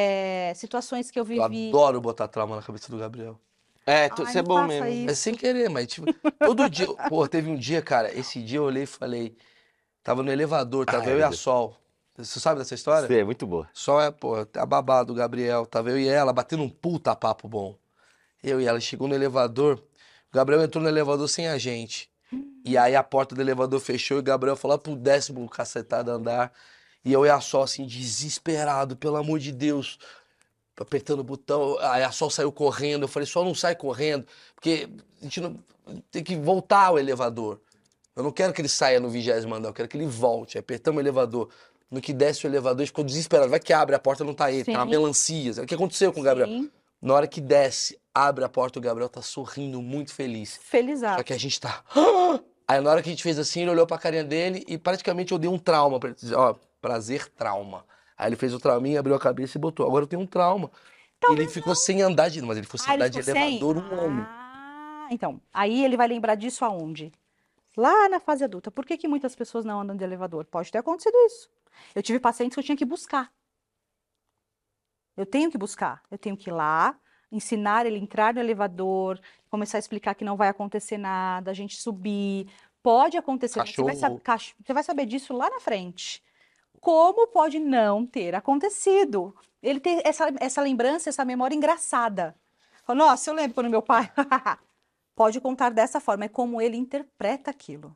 é, situações que eu Eu vivi. adoro botar trauma na cabeça do Gabriel. É, Ai, tu- isso é não bom faça mesmo. isso. É sem querer, mas tipo, todo dia... Pô, teve um dia, cara, esse dia eu olhei e falei... Tava no elevador, tava Ai, eu e meu a Deus. Sol. Você sabe dessa história? Isso é muito boa. Sol é, pô, a babá do Gabriel. Tava eu e ela batendo um puta papo bom. Eu e ela chegou no elevador. O Gabriel entrou no elevador sem a gente. E aí a porta do elevador fechou e o Gabriel foi lá pro décimo cacetado andar. E eu e a Sol, assim, desesperado, pelo amor de Deus, apertando o botão. Aí a Sol saiu correndo. Eu falei, Sol, não sai correndo, porque a gente não tem que voltar ao elevador. Eu não quero que ele saia no vigésimo andar, eu quero que ele volte. Aí apertamos o elevador. No que desce o elevador, ele ficou desesperado. Vai que abre, a porta não tá aí, Sim. tá uma melancia. O que aconteceu com o Gabriel? Sim. Na hora que desce, abre a porta, o Gabriel tá sorrindo, muito feliz. Felizardo. Só que a gente tá... Aí na hora que a gente fez assim, ele olhou pra carinha dele e praticamente eu dei um trauma pra ele dizer, ó, prazer, trauma. Aí ele fez o trauminha, abriu a cabeça e botou. Agora eu tenho um trauma. Ele ficou sem andar de... Mas ele ficou sem Ah, ele andar de ficou sem? elevador um ano. Ah, então, aí ele vai lembrar disso aonde? Lá na fase adulta. Por que que muitas pessoas não andam de elevador? Pode ter acontecido isso. Eu tive pacientes que eu tinha que buscar. Eu tenho que buscar. Eu tenho que ir lá, ensinar ele a entrar no elevador, começar a explicar que não vai acontecer nada, a gente subir. Pode acontecer. Você vai, Cachorro. sab- cach- você vai saber disso lá na frente. Como pode não ter acontecido? Ele tem essa, essa lembrança, essa memória engraçada. Fala, nossa, eu lembro quando meu pai... Pode contar dessa forma, é como ele interpreta aquilo.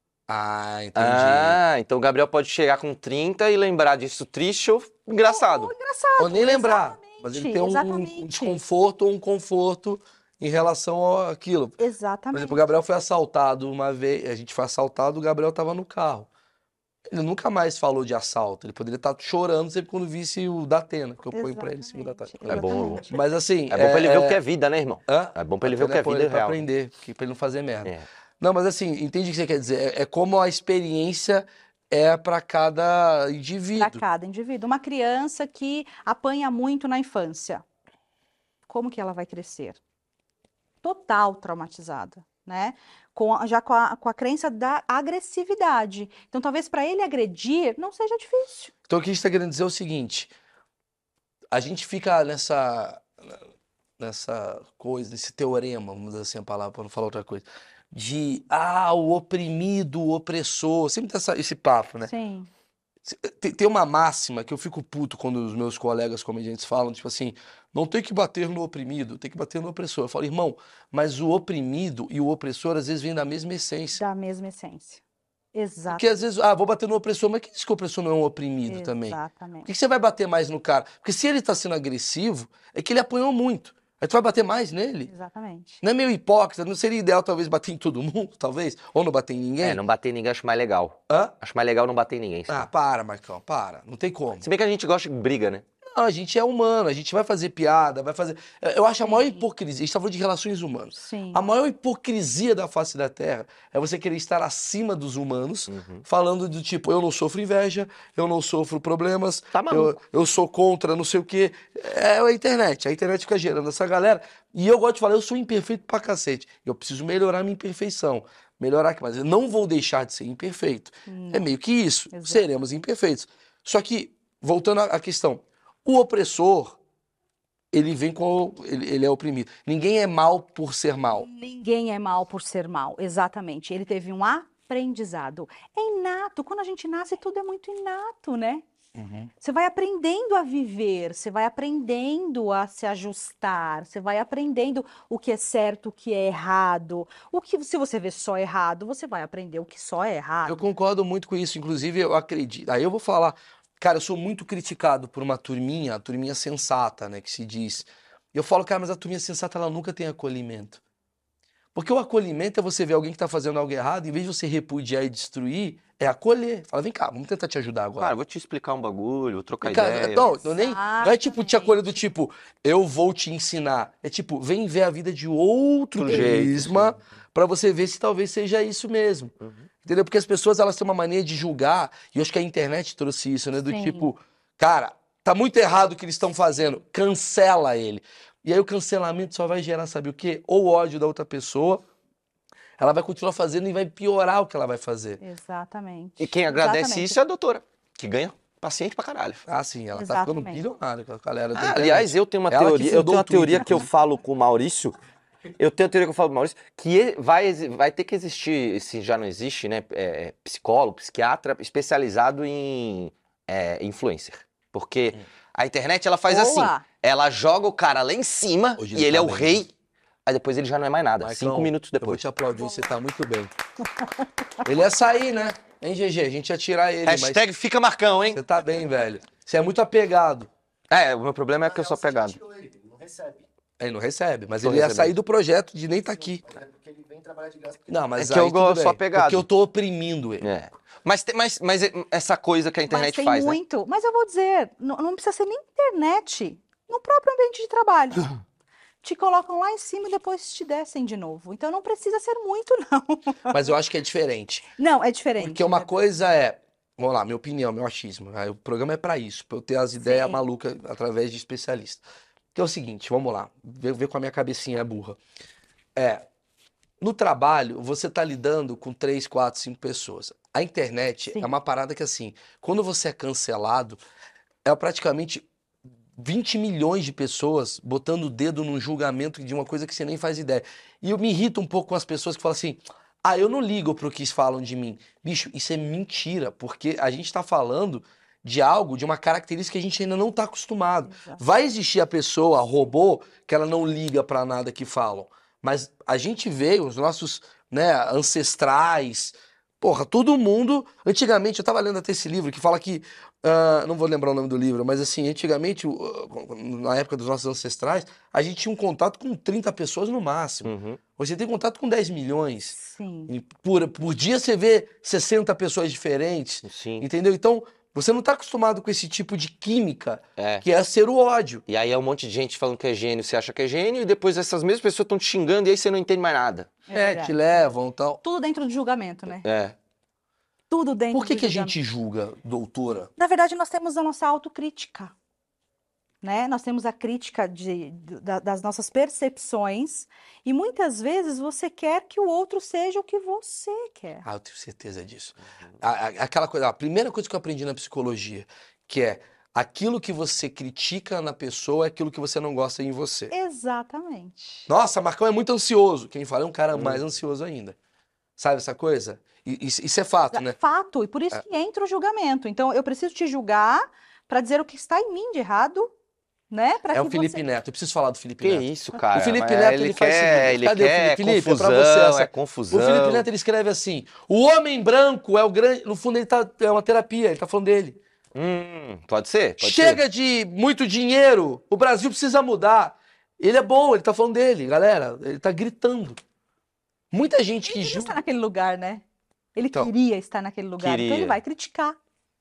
Ah, entendi. Ah, então o Gabriel pode chegar com trinta e lembrar disso triste ou engraçado. Ou engraçado, Ou nem lembrar. exatamente, Mas ele tem um, um exatamente. desconforto ou um conforto em relação àquilo. Por Exatamente. exemplo, o Gabriel foi assaltado uma vez, a gente foi assaltado, o Gabriel tava no carro. Ele nunca mais falou de assalto, ele poderia estar chorando sempre quando visse o Datena, que eu ponho pra ele em cima da Datena. É bom, Exatamente. Mas assim... É bom pra ele ver o que é vida, né, irmão? Hã? É bom pra ele ver o que é Datena vida pra real. aprender, que- pra ele não fazer merda. É. Não, mas assim, entende o que você quer dizer? É, é como a experiência é pra cada Para indivíduo. cada indivíduo. Uma criança que apanha muito na infância, como que ela vai crescer? Total traumatizada, né? Com a- já com a, com a crença da agressividade. Então, talvez para ele agredir não seja difícil. Então o que a gente tá querendo dizer é o seguinte, a gente fica nessa, nessa coisa, nesse teorema, vamos dizer assim a palavra, para não falar outra coisa, de, ah, o oprimido, o opressor, sempre tem essa- esse papo, né? Sim. Tem, tem uma máxima que eu fico puto quando os meus colegas comediantes falam, tipo assim, não tem que bater no oprimido, tem que bater no opressor. Eu falo, irmão, mas o oprimido e o opressor às vezes vêm da mesma essência. Da mesma essência. Exato. Porque às vezes, ah, vou bater no opressor, mas quem diz que o opressor não é um oprimido também? Por Exatamente. que que você vai bater mais no cara? Porque se ele tá sendo agressivo, é que ele apanhou muito. Aí tu vai bater mais nele. Exatamente. Não é meio hipócrita? Não seria ideal talvez bater em todo mundo, talvez? Ou não bater em ninguém? É, não bater em ninguém acho mais legal. Hã? Acho mais legal não bater em ninguém. Ah, para, Marcão, para. Não tem como. Se bem que a gente gosta de briga, né? Não, a gente é humano, a gente vai fazer piada, vai fazer... Eu acho a maior Sim. hipocrisia, a gente tá falando de relações humanas. Sim. A maior hipocrisia da face da Terra é você querer estar acima dos humanos, Uhum. falando do tipo, eu não sofro inveja, eu não sofro problemas, Tá eu, maluco. eu sou contra não sei o quê. É a internet, a internet fica gerando essa galera. E eu gosto de falar, eu sou imperfeito pra cacete. Eu preciso melhorar minha imperfeição. Melhorar aqui, mas eu não vou deixar de ser imperfeito. Hum, É meio que isso, Exato. seremos imperfeitos. Só que, voltando à à questão, o opressor, ele vem com. Ele, ele é oprimido. Ninguém é mal por ser mal. Ninguém é mal por ser mal, exatamente. Ele teve um aprendizado. É inato. Quando a gente nasce, tudo é muito inato, né? Você vai aprendendo a viver, você vai aprendendo a se ajustar, você vai aprendendo o que é certo, o que é errado. O que, se você vê só errado, você vai aprender o que só é Eu errado. concordo muito com isso. Inclusive, eu acredito. Aí eu vou falar. Cara, eu sou muito criticado por uma turminha, a turminha sensata, né? Que se diz. E eu falo, cara, mas a turminha sensata, ela nunca tem acolhimento. Porque o acolhimento é você ver alguém que tá fazendo algo errado, em vez de você repudiar e destruir, é acolher. Fala, vem cá, vamos tentar te ajudar agora. Cara, vou te explicar um bagulho, vou trocar Cara, ideia. não, não, nem, não é tipo te acolher do tipo, eu vou te ensinar. É tipo, vem ver a vida de outro Do jeito, prisma pra você ver se talvez seja isso mesmo. Uhum. Entendeu? Porque as pessoas, elas têm uma mania de julgar, e eu acho que a internet trouxe isso, né? Do Sim. tipo, cara, tá muito errado o que eles estão fazendo, cancela ele. E aí o cancelamento só vai gerar, sabe o quê? Ou ódio da outra pessoa, ela vai continuar fazendo e vai piorar o que ela vai fazer. Exatamente. E quem agradece Exatamente. isso é a doutora, que ganha paciente pra caralho. Ah, sim, ela tá ficando Exatamente. bilionária com a galera da Ah, internet. aliás, eu tenho uma Ela que teoria, eu fundou tenho uma o Twitter, teoria que eu inclusive. falo com o Maurício. Eu tenho a teoria que eu falo com o Maurício, que e- vai, exi- vai ter que existir, se já não existe, né, é, psicólogo, psiquiatra especializado em é, influencer. Porque a internet, ela faz assim, Boa. ela joga o cara lá em cima Hoje e ele ele tá é o bem. rei. aí depois ele já não é mais nada. Maicão, Cinco minutos Eu vou depois. te aplaudir, você tá muito bem. Ele ia sair, né? Hein, G G? A gente ia tirar ele, Hashtag fica Marcão, mas hein? você tá bem, velho. Você é muito apegado. É, o meu problema é que eu sou Na real, apegado. você tirou ele, ele não recebe. Ele não recebe, mas Tô ele ia recebendo. sair do projeto de nem tá aqui. É porque ele vem trabalhar de graça. porque Não, ele- mas É que eu aí tudo gosto- bem, sou apegado. Porque eu tô oprimindo ele. É. Mas, te- mas, mas essa coisa que a Mas internet tem faz, né? muito. Mas eu vou dizer, não, não precisa ser nem internet. No próprio ambiente de trabalho. Te colocam lá em cima e depois te descem de novo. Então não precisa ser muito, não. Mas eu acho que é diferente. Não, é diferente. Porque uma né? coisa é, vamos lá, minha opinião, meu achismo. Aí o programa é pra isso, pra eu ter as ideias Sim. malucas através de especialista. Que é o seguinte, vamos lá, ver, ver com a minha cabecinha burra. É, no trabalho, você tá lidando com três, quatro, cinco pessoas. A internet Sim. é uma parada que, assim, quando você é cancelado, é praticamente vinte milhões de pessoas botando o dedo num julgamento de uma coisa que você nem faz ideia. E eu me irrito um pouco com as pessoas que falam assim, ah, eu não ligo pro que falam de mim. Bicho, isso é mentira, porque a gente tá falando de algo, de uma característica que a gente ainda não tá acostumado. Exato. Vai existir a pessoa, a robô, que ela não liga pra nada que falam. Mas a gente veio, os nossos, né, ancestrais, porra, todo mundo. Antigamente, eu tava lendo até esse livro que fala que. ah, não vou lembrar o nome do livro, mas assim, antigamente, o- na época dos nossos ancestrais, a gente tinha um contato com trinta pessoas no máximo. Uhum. Hoje você tem contato com dez milhões. Sim. E por, por dia você vê sessenta pessoas diferentes. Sim. Entendeu? Então, você não tá acostumado com esse tipo de química, É. que é ser o ódio. E aí é um monte de gente falando que é gênio, você acha que é gênio, e depois essas mesmas pessoas estão te xingando e aí você não entende mais nada. É É, verdade. te levam e tal. Tudo dentro do julgamento, né? É. Tudo dentro Por que, do que a julgamento. gente julga, doutora? Na verdade, nós temos a nossa autocrítica, né? Nós temos a crítica de, da- das nossas percepções e muitas vezes você quer que o outro seja o que você quer. Ah, eu tenho certeza disso. A- a- aquela coisa, a primeira coisa que eu aprendi na psicologia, que é aquilo que você critica na pessoa é aquilo que você não gosta em você. Exatamente. Nossa, Marcão é muito ansioso. Quem fala é um cara Hum. mais ansioso ainda. Sabe essa coisa? E- Isso, isso é fato, né? Fato, e por isso que entra o julgamento. Então, eu preciso te julgar para dizer o que está em mim de errado, né? Para É que o Felipe você... Neto. Eu preciso falar do Felipe Que Neto. isso, cara. O Felipe Mas Neto, ele, ele faz o quer, seguinte, ele cadê o quer Felipe? Felipe, é pra confusão, você essa. é confusão. O Felipe Neto, ele escreve assim, o homem branco é o grande... No fundo, ele tá, é uma terapia, ele tá falando dele. Hum, pode ser? Pode Chega ser. de muito dinheiro, o Brasil precisa mudar. Ele é bom, ele tá falando dele, galera. Ele tá gritando. Muita gente que Ele queria julga... estar naquele lugar, né? Ele Então, queria estar naquele lugar, então ele queria. vai criticar.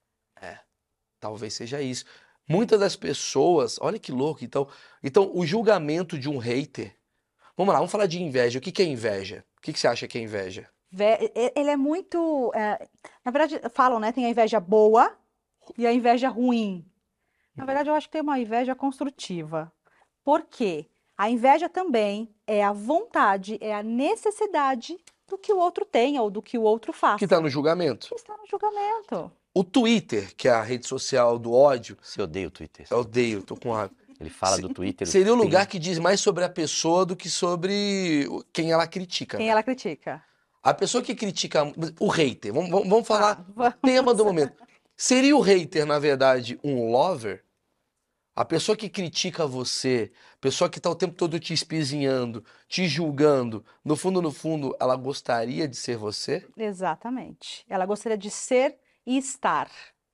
Talvez seja isso. Muitas das pessoas, olha que louco, então, então o julgamento de um hater. Vamos lá, vamos falar de inveja. O que que é inveja? O que que você acha que é inveja? Ve- e- Ele é muito. é, Na verdade, falam, né? Tem a inveja boa e a inveja ruim. Na verdade, eu acho que tem uma inveja construtiva. Por quê? A inveja também é a vontade, é a necessidade do que o outro tem ou do que o outro faça. Que tá no julgamento. Que está no julgamento. O Twitter, que é a rede social do ódio, Você odeia o Twitter. eu odeio, tô com raiva. Ele fala Se- do Twitter. Seria o tem- lugar que diz mais sobre a pessoa do que sobre o- quem ela critica. Quem né? ela critica? A pessoa que critica o hater, vamos, vamos- vamos falar Tá, vamos. tema do momento. Seria o hater, na verdade, um lover? A pessoa que critica você, a pessoa que tá o tempo todo te espizinhando, te julgando, no fundo, no fundo, ela gostaria de ser você? Exatamente. Ela gostaria de ser e estar.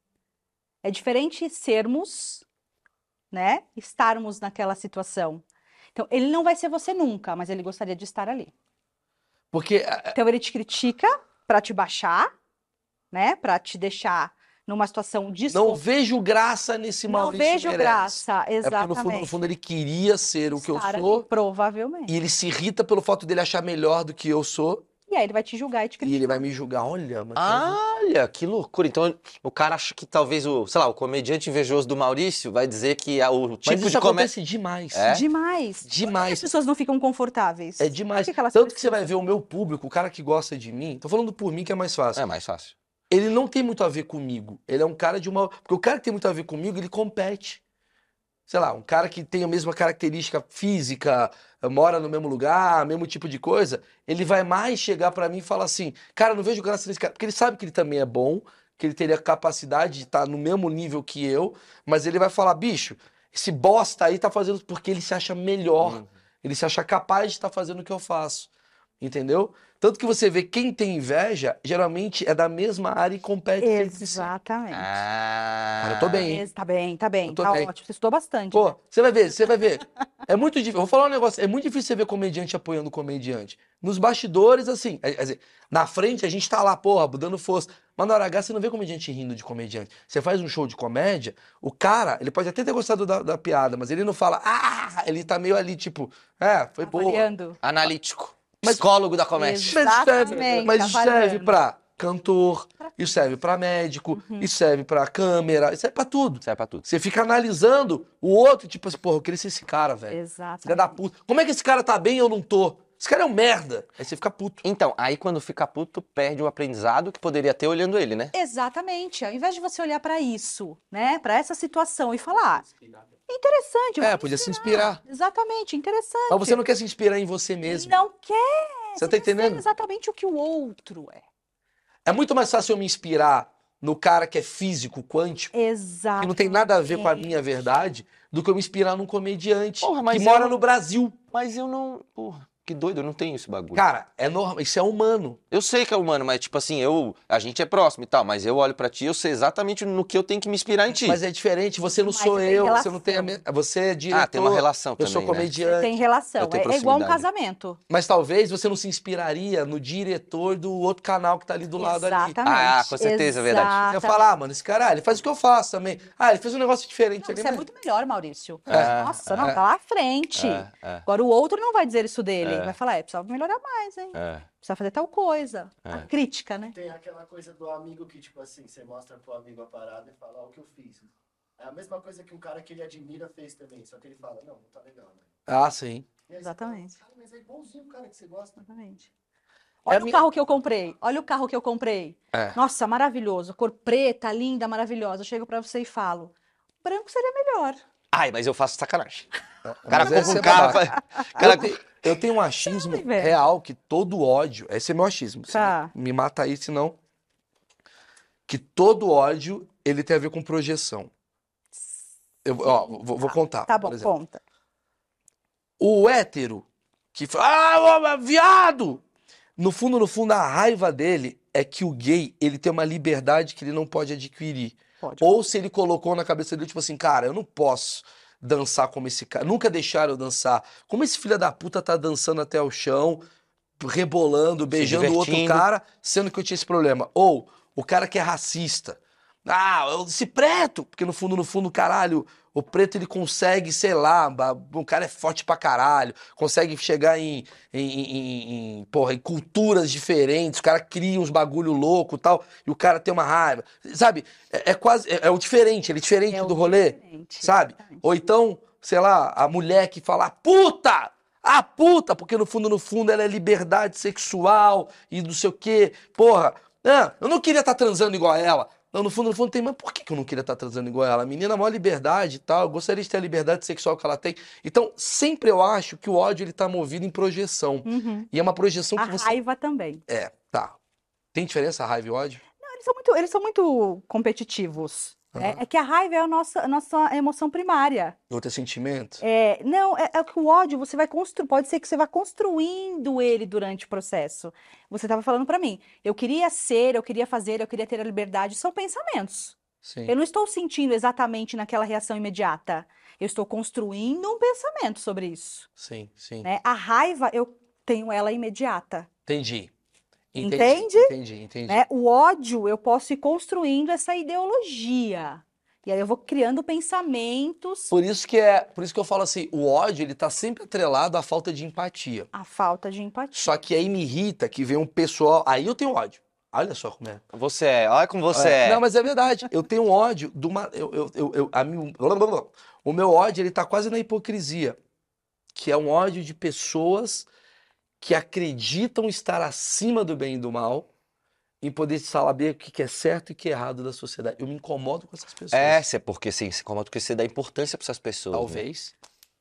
É diferente sermos, né? Estarmos naquela situação. Então, ele não vai ser você nunca, mas ele gostaria de estar ali. Porque a- Então, ele te critica para te baixar, né? Para te deixar numa situação não desconfortável. vejo graça nesse Não Maurício vejo Meirelles. graça, É porque no fundo, no exatamente. fundo ele queria ser o que eu Estar ali, sou provavelmente. e ele se irrita pelo fato dele achar melhor do que eu sou E aí ele vai te julgar e te e criticar. ele vai me julgar. Olha, mas Olha, que loucura. Então, o cara acha que talvez o, sei lá, o comediante invejoso do Maurício vai dizer que é o mas tipo isso de comédia. acontece demais. É? Demais. Por que Demais. as pessoas não ficam confortáveis? É demais. Por que que elas Tanto que você vai precisam? ver o meu público, o cara que gosta de mim, tô falando por mim que é mais fácil. É mais fácil. Ele não tem muito a ver comigo. Ele é um cara de uma. Porque o cara que tem muito a ver comigo, ele compete. Sei lá, um cara que tem a mesma característica física, mora no mesmo lugar, mesmo tipo de coisa, ele vai mais chegar pra mim e falar assim: cara, eu não vejo graça nesse cara. Porque ele sabe que ele também é bom, que ele teria capacidade de estar no mesmo nível que eu, mas ele vai falar: bicho, esse bosta aí tá fazendo porque ele se acha melhor. Uhum. Ele se acha capaz de estar fazendo o que eu faço. Entendeu? Tanto que você vê quem tem inveja, geralmente é da mesma área e compete sempre. Exatamente. Ah. Cara, eu tô bem, hein? Ex- Tá bem, tá bem. Eu tô Tá bem. ótimo. Você estudou bastante. Pô, né? você vai ver, você vai ver. É muito difícil. Eu vou falar um negócio. É muito difícil você ver comediante apoiando comediante. Nos bastidores, assim, quer dizer, na frente a gente tá lá, porra, dando força. Mas na hora H você não vê comediante rindo de comediante. Você faz um show de comédia, o cara, ele pode até ter gostado da, da piada, mas ele não fala, ah, ele tá meio ali, tipo, é, foi boa. Avaliando. Analítico. Mas- Psicólogo da comédia. Exato. Mas serve, Exatamente, mas isso serve avaliando. pra cantor, isso serve pra médico, isso serve pra câmera, isso serve pra tudo. Serve pra tudo. Você fica analisando o outro, tipo assim, porra, eu queria ser esse cara, velho. Exato. Filha da puta. Como é que esse cara tá bem e eu não tô? Esse cara é um merda. Aí você fica puto. Então, aí quando fica puto, perde o aprendizado que poderia ter olhando ele, né? Exatamente. Ao invés de você olhar pra isso, né, pra essa situação e falar, interessante. É, vou podia se inspirar. inspirar. Exatamente, interessante. Mas você não quer se inspirar em você mesmo. Não quer. Você tá quer ser entendendo? exatamente o que o outro é. É muito mais fácil eu me inspirar no cara que é físico, quântico, Exato. que não tem nada a ver com a minha verdade, do que eu me inspirar num comediante Porra, mas que eu mora não- no Brasil. Mas eu não... Porra, que doido, eu não tenho esse bagulho. Cara, é normal, isso é humano. Eu sei que é humano, mas tipo assim, eu, a gente é próximo e tal, mas eu olho pra ti, eu sei exatamente no que eu tenho que me inspirar em ti. Mas é diferente, você não Mas sou tem eu, você relação. não tem a me... Você é diretor, Ah, tem uma relação eu também, sou né? comediante. Tem relação. Eu tenho É, é igual um proximidade. casamento. Mas talvez você não se inspiraria no diretor do outro canal que tá ali do lado ali. Exatamente. Ah, com certeza, é verdade. Eu ia Exatamente. falar, ah, mano, esse cara, ah, ele faz o que eu faço também. Ah, ele fez um negócio diferente Não, ali. você é mas- muito melhor, Maurício. É, Nossa, não, é. tá lá à frente. É, é. Agora o outro não vai dizer isso dele. É. Vai falar, é, precisava melhorar mais, hein? É. Precisa fazer tal coisa. É. A crítica, né? Tem aquela coisa do amigo que, tipo assim, você mostra pro amigo a parada e fala, ó, o que eu fiz. É a mesma coisa que um cara que ele admira fez também, só que ele fala, não, não tá legal, né? Ah, sim. E aí você Exatamente. fala, cara, mas é igualzinho o cara que você gosta. Exatamente. É Olha a o minha- carro que eu comprei. Olha o carro que eu comprei. É. Nossa, maravilhoso. Cor preta, linda, maravilhosa. Eu chego pra você e falo, branco seria melhor. Ai, mas eu faço sacanagem. O cara Mas compra esse um é carro... babaca. fala- cara, Eu, te- eu tenho um achismo Sabe, velho? real que todo ódio. Esse é meu achismo. Você Tá. Me mata aí, senão. Que todo ódio ele tem a ver com projeção. Eu, ó, vou, vou contar. Tá por bom, exemplo. conta. O hétero que fala, ah, ô, viado! No fundo, no fundo, a raiva dele é que o gay ele tem uma liberdade que ele não pode adquirir. Pode. Ou se ele colocou na cabeça dele, tipo assim, cara, eu não posso dançar como esse cara. Nunca deixaram eu dançar. Como esse filho da puta tá dançando até o chão, rebolando, beijando o outro divertindo. cara, sendo que eu tinha esse problema. Ou o cara que é racista. Ah, eu- esse preto! Porque no fundo, no fundo, caralho, o preto ele consegue, sei lá, ba- o cara é forte pra caralho, consegue chegar em, em, em- em, porra, em culturas diferentes, o cara cria uns bagulho louco e tal, e o cara tem uma raiva. Sabe? É, é quase. É, é o diferente, ele é diferente É o do rolê, diferente, sabe? exatamente. Ou então, sei lá, a mulher que fala, puta! Ah, puta! Porque no fundo, no fundo, ela é liberdade sexual e não sei o quê. Porra, ah, eu não queria estar transando igual a ela. Não, no fundo, no fundo tem, mas por que que eu não queria estar transando igual a ela? A menina, a maior liberdade e tal, eu gostaria de ter a liberdade sexual que ela tem. Então, sempre eu acho que o ódio, ele tá movido em projeção. Uhum. E é uma projeção A que você... raiva também. É, tá. Tem diferença a raiva e o ódio? Não, eles são muito, eles são muito competitivos. né? Aham. É que a raiva é a nossa, a nossa emoção primária. Outro é sentimento? É, não, é, é que o ódio você vai construir, pode ser que você vá construindo ele durante o processo. Você estava falando para mim, eu queria ser, eu queria fazer, eu queria ter a liberdade, são pensamentos. Sim. Eu não estou sentindo exatamente naquela reação imediata. Eu estou construindo um pensamento sobre isso, Sim, sim. né? A raiva, eu tenho ela imediata, Entendi. Entendi. Entende? Entendi, entendi. né? O ódio, eu posso ir construindo essa ideologia. E aí eu vou criando pensamentos, Por isso que é, por isso que eu falo assim, o ódio, ele tá sempre atrelado à falta de empatia. a falta de empatia. Só que aí me irrita que vem um pessoal, aí eu tenho ódio. Olha só como é. Você é, olha como você é. Não, mas é verdade. Eu tenho ódio de uma. Eu, eu, eu, eu- a mim- o meu ódio, ele tá quase na hipocrisia. Que é um ódio de pessoas que acreditam estar acima do bem e do mal, em poder saber o que que é certo e o que é errado da sociedade. Eu me incomodo com essas pessoas. É, cê- porque sim, se incomoda porque você dá importância pra essas pessoas. né? Talvez.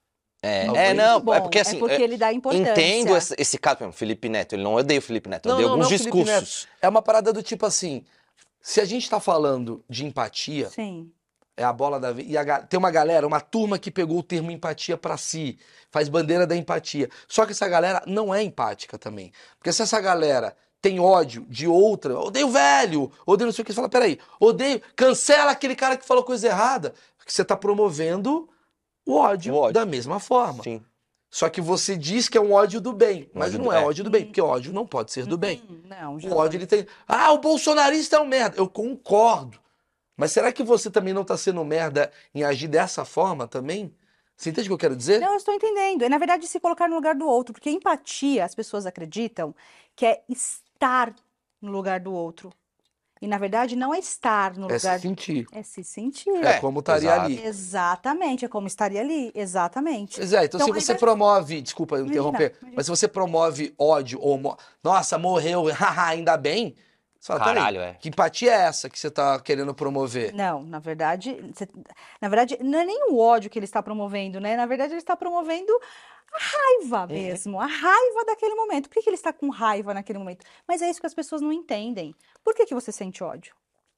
É, Talvez. é, não, Bom, é porque assim, porque eu ele dá importância. entendo esse, esse caso, por exemplo, Felipe Neto, ele não odeia o Felipe Neto, Não, odeia não, alguns não, Felipe discursos. É uma parada do tipo assim, se a gente tá falando de empatia, Sim, É a bola da vez. E a ga- tem uma galera, uma turma que pegou o termo empatia pra si, faz bandeira da empatia. Só que essa galera não é empática também. Porque se essa galera tem ódio de outra, odeio o velho, odeio não sei o que, você fala, peraí, odeio, cancela aquele cara que falou coisa errada. Porque você tá promovendo o ódio, O ódio. da mesma forma. Sim. Só que você diz que é um ódio do bem, Um mas ódio não do- é é. ódio do bem, porque ódio não pode ser do bem. Hum, não, O jamais. ódio ele tem. Ah, o bolsonarista é um merda. Eu concordo. Mas será que você também não tá sendo merda em agir dessa forma também? Você entende o que eu quero dizer? Não, eu estou entendendo. É, na verdade, se colocar no lugar do outro. Porque empatia, as pessoas acreditam que é estar no lugar do outro. E, na verdade, não é estar no É se lugar... sentir. É se sentir. É, como estaria exato. ali. Exatamente, é como estaria ali. Exatamente. Pois é, então, Então, se ao você invés- promove, desculpa eu Imagina, interromper, imagina. mas se você promove ódio ou mo- nossa, morreu, haha, ainda bem, você fala, peraí, Caralho, é. que empatia é essa que você tá querendo promover? Não, na verdade, você- na verdade, não é nem o ódio que ele está promovendo, né? Na verdade, ele está promovendo a raiva mesmo, a raiva daquele momento. Por que que ele está com raiva naquele momento? Mas é isso que as pessoas não entendem. Por que que você sente ódio?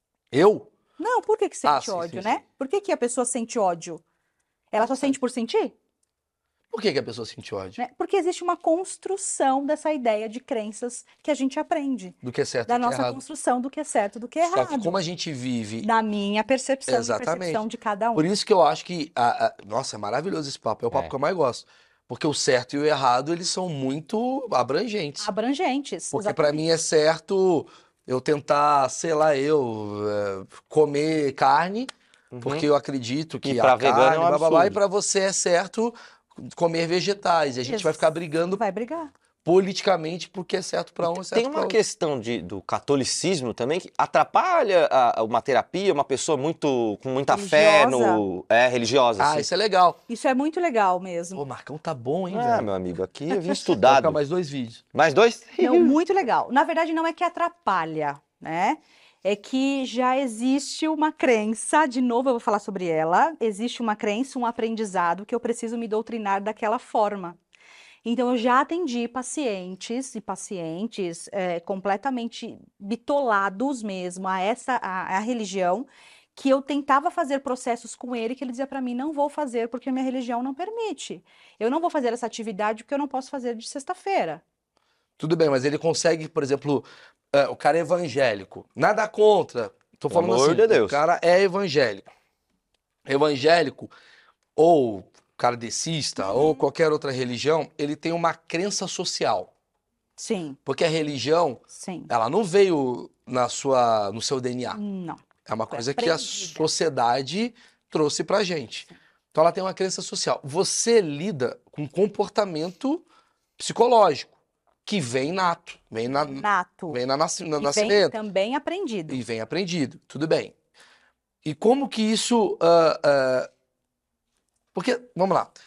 Eu? Não, por que que Ah, sente sim, ódio, sim, né? Por que que a pessoa sente ódio? Ela só sente por sentir? Por que que a pessoa sente ódio? Né? Porque existe uma construção dessa ideia de crenças que a gente aprende. Do que é certo Da e do que é nossa errado. construção do que é certo, do que é Só que errado. como a gente vive. Na minha percepção e Exatamente. percepção de cada um. Por isso que eu acho que. a- a- Nossa, é maravilhoso esse papo. É o papo É. que eu mais gosto. Porque o certo e o errado, eles são muito abrangentes. Abrangentes. Porque pra exatamente. mim é certo eu tentar, sei lá, eu eh, comer carne, Uhum. porque eu acredito que E pra a vegano é carne, um blá, blá, blá, e absurdo. pra você é certo comer vegetais. E a gente vai ficar Ex- brigando Vai brigar. politicamente porque é certo pra um, é certo Tem pra uma outro. questão de, do catolicismo também que atrapalha a- uma terapia, uma pessoa muito com muita fé no é religiosa, Ah, assim. isso é legal. Isso é muito legal mesmo. Pô, Marcão tá bom, hein, Ah, velho? meu amigo, aqui eu vim Vai estudado. ficar mais dois vídeos. Mais dois? Não, muito legal. Na verdade, não é que atrapalha, né? É que já existe uma crença, de novo eu vou falar sobre ela, existe uma crença, um aprendizado que eu preciso me doutrinar daquela forma. Então, eu já atendi pacientes e pacientes eh, completamente bitolados mesmo a essa a, a religião, que eu tentava fazer processos com ele, que ele dizia para mim, não vou fazer porque a minha religião não permite. Eu não vou fazer essa atividade porque eu não posso fazer de sexta-feira. Tudo bem, mas ele consegue, por exemplo, eh, o cara é evangélico. Nada contra. Tô Pelo falando amor assim, de Deus. o cara é evangélico. Evangélico ou kardecista Uhum. ou qualquer outra religião, ele tem uma crença social. Sim, Porque a religião, sim. ela não veio na sua, no seu D N A. Não. É uma Foi coisa que a aprendida. sociedade trouxe pra gente. Então ela tem uma crença social. Você lida com comportamento psicológico, que vem nato, vem na, Nato. vem na, nasci- no E vem nascimento também aprendido. e vem aprendido. Tudo bem. E como que isso. ah, ah, porque, vamos lá.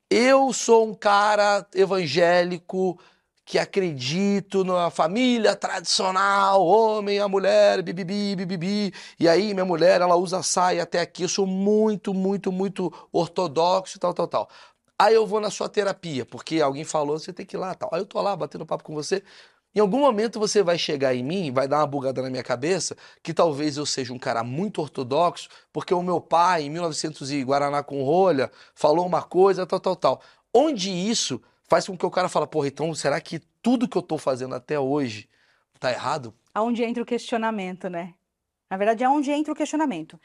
Eu sou um cara evangélico que acredito na família tradicional, homem, a mulher, bibibi, bibibi. E aí minha mulher, ela usa saia até aqui. Eu sou muito, muito, muito ortodoxo e tal, tal, tal. Aí eu vou na sua terapia, porque alguém falou, você tem que ir lá, tal. Aí eu tô lá batendo papo com você. Em algum momento você vai chegar em mim, vai dar uma bugada na minha cabeça, que talvez eu seja um cara muito ortodoxo, porque o meu pai, em mil e novecentos e Guaraná com rolha, falou uma coisa, tal, tal, tal. Onde isso faz com que o cara fale, porra, então será que tudo que eu tô fazendo até hoje tá errado? Aonde entra o questionamento, né? Na verdade, é onde entra o questionamento.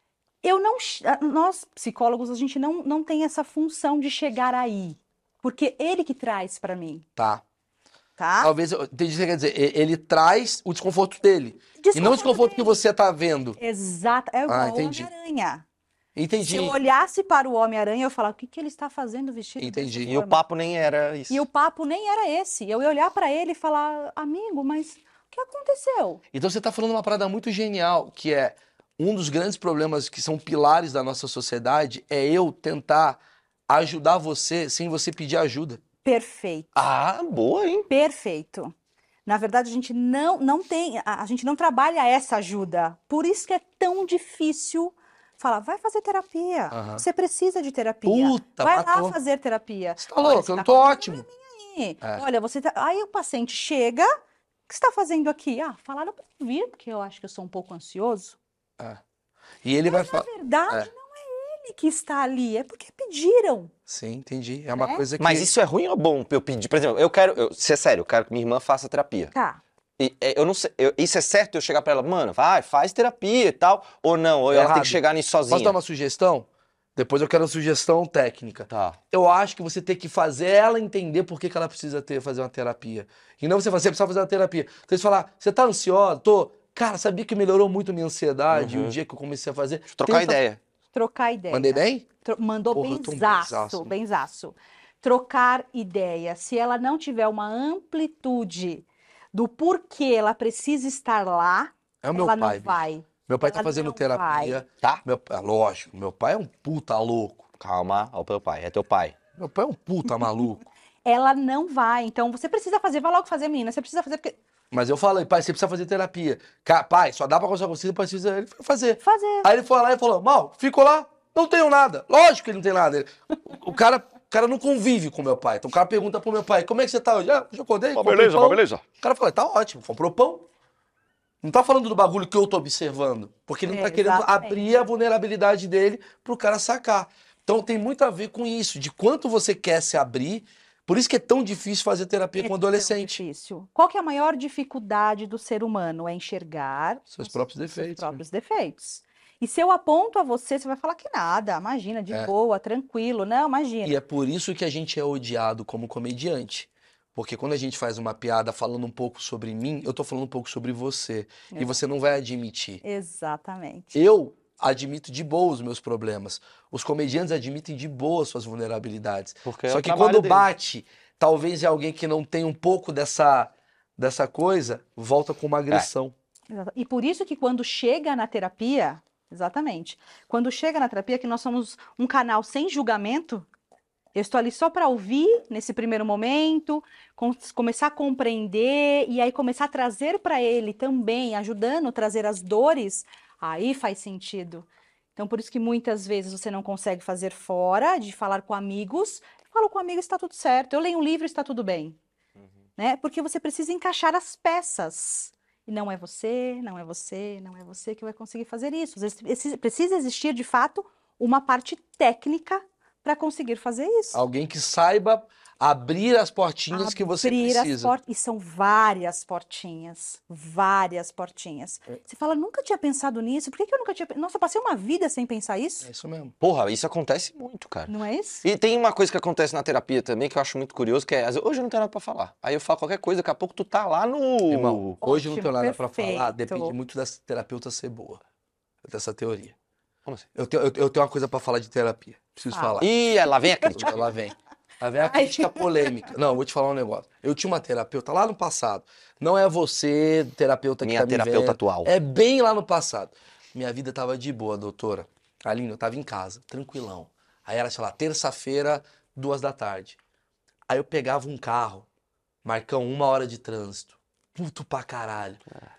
Eu não, ch- a- nós, psicólogos, a gente não, não tem essa função de chegar aí. Porque ele que traz pra mim, Tá. tá? Talvez, eu- entendi o que você quer dizer, e- ele traz o desconforto dele. E não o desconforto que dele. você tá vendo. Exato, é igual Ah, ao entendi. Homem-Aranha. Entendi. Se eu olhasse para o Homem-Aranha, eu ia falar, o que que ele está fazendo vestido Entendi. dessa E o forma? papo nem era isso. E o papo nem era esse. Eu ia olhar para ele e falar, amigo, mas o que aconteceu? Então você tá falando uma parada muito genial, que é um dos grandes problemas que são pilares da nossa sociedade é eu tentar ajudar você sem você pedir ajuda. Perfeito. Ah, boa, hein? Perfeito. Na verdade, a gente não, não tem, a, a gente não trabalha essa ajuda. Por isso que é tão difícil falar, vai fazer terapia. Aham. Você precisa de terapia. Puta, vai lá matou. fazer terapia. Você tá Olha, louco? você Eu não tá tô com um ótimo. probleminha aí. É. Olha, você tá... Aí o paciente chega, o que você está fazendo aqui? Ah, falaram para vir, porque eu acho que eu sou um pouco ansioso. É. E ele vai Na falar. verdade, É. não é ele que está ali, é porque pediram. Sim, entendi. É uma Né? coisa que. Mas isso é ruim ou bom eu pedir? Por exemplo, eu quero. Eu, se é sério, eu quero que minha irmã faça terapia. Tá. E, é, eu não sei. eu- isso é certo eu chegar pra ela, mano, vai, faz terapia e tal. Ou não? Ou ela tem Errado. que chegar nisso sozinha. Posso dar uma sugestão? Depois eu quero uma sugestão técnica. Tá. Eu acho que você tem que fazer ela entender por que, que ela precisa ter, fazer uma terapia. E não você fazer, você precisa fazer uma terapia. Então você falar, você tá ansiosa? Tô. Cara, sabia que melhorou muito a minha ansiedade Uhum. o dia que eu comecei a fazer? Trocar Tenta- ideia. Trocar ideia. Mandei bem? Tro- Mandou Porra, eu tô um benzaço, benzaço. benzaço. Trocar ideia. Se ela não tiver uma amplitude do porquê ela precisa estar lá, É o meu ela pai. não bicho. vai. Meu pai tá Ela fazendo não terapia. Tá? Meu, é lógico, meu pai é um puta louco. Calma, ó, teu pai. É teu pai. Meu pai é um puta maluco. Ela não vai. Então você precisa fazer, vai logo fazer, menina. Você precisa fazer porque Mas eu falei, pai, você precisa fazer terapia. Ca- Pai, só dá pra conversar com você, precisa. Ele foi fazer. fazer. Aí ele foi lá e falou, mal, ficou lá, não tenho nada. Lógico que ele não tem nada. Ele- O, o cara, o cara não convive com meu pai. Então o cara pergunta pro meu pai, como é que você tá hoje? Ah, já acordei, comprei pão. beleza. O cara fala, tá ótimo, comprou pão. Não tá falando do bagulho que eu tô observando. Porque ele não É, tá querendo exatamente. abrir a vulnerabilidade dele pro cara sacar. Então tem muito a ver com isso, de quanto você quer se abrir. Por isso que é tão difícil fazer terapia É com tão adolescente. difícil. Qual que é a maior dificuldade do ser humano? É enxergar Seus os próprios seus defeitos, né? próprios defeitos. E se eu aponto a você, você vai falar que nada, imagina, de É. boa, tranquilo. Não, imagina. E é por isso que a gente é odiado como comediante. Porque quando a gente faz uma piada falando um pouco sobre mim, eu tô falando um pouco sobre você. E Exato. você não vai admitir. Exatamente. Eu admito de boa os meus problemas. Os comediantes admitem de boa suas vulnerabilidades. Porque é Só o que trabalho quando deles. bate, talvez é alguém que não tem um pouco dessa, dessa coisa, volta com uma agressão. Exata- E por isso que quando chega na terapia, exatamente, quando chega na terapia, que nós somos um canal sem julgamento, eu estou ali só para ouvir nesse primeiro momento, com- começar a compreender e aí começar a trazer para ele também, ajudando a trazer as dores, aí faz sentido. Então, por isso que muitas vezes você não consegue fazer fora, de falar com amigos. Falo com amigos, está tudo certo. Eu leio um livro, está tudo bem. Né? Porque você precisa encaixar as peças. E não é você, não é você, não é você que vai conseguir fazer isso. Às vezes precisa- precisa existir, de fato, uma parte técnica para conseguir fazer isso. Alguém que saiba abrir as portinhas que você Abrir as precisa. portas. E são várias portinhas. Várias portinhas. É. Você fala, nunca tinha pensado nisso. Por que que eu nunca tinha... pe- Nossa, eu passei uma vida sem pensar isso. É isso mesmo. Porra, isso acontece muito, cara. Não é isso? E tem uma coisa que acontece na terapia também que eu acho muito curioso, que é, às vezes, hoje eu não tenho nada pra falar. Aí eu falo qualquer coisa, daqui a pouco tu tá lá no... Irmão, hoje eu não Ótimo, tenho nada pra falar, perfeito. depende muito da terapeuta ser boa. Dessa teoria. Como assim? Eu tenho, eu, eu tenho uma coisa pra falar de terapia. Preciso Fala. falar. Ih, lá vem a crítica. Lá vem. Lá vem a crítica polêmica. Não, eu vou te falar um negócio. Eu tinha uma terapeuta lá no passado. Não é você, terapeuta que Minha tá me terapeuta vendo. atual. É bem lá no passado. Minha vida tava de boa, doutora. Aline, eu tava em casa, tranquilão. Aí era, sei lá, terça-feira, duas da tarde. Aí eu pegava um carro, Marcão, uma hora de trânsito. Puto pra caralho.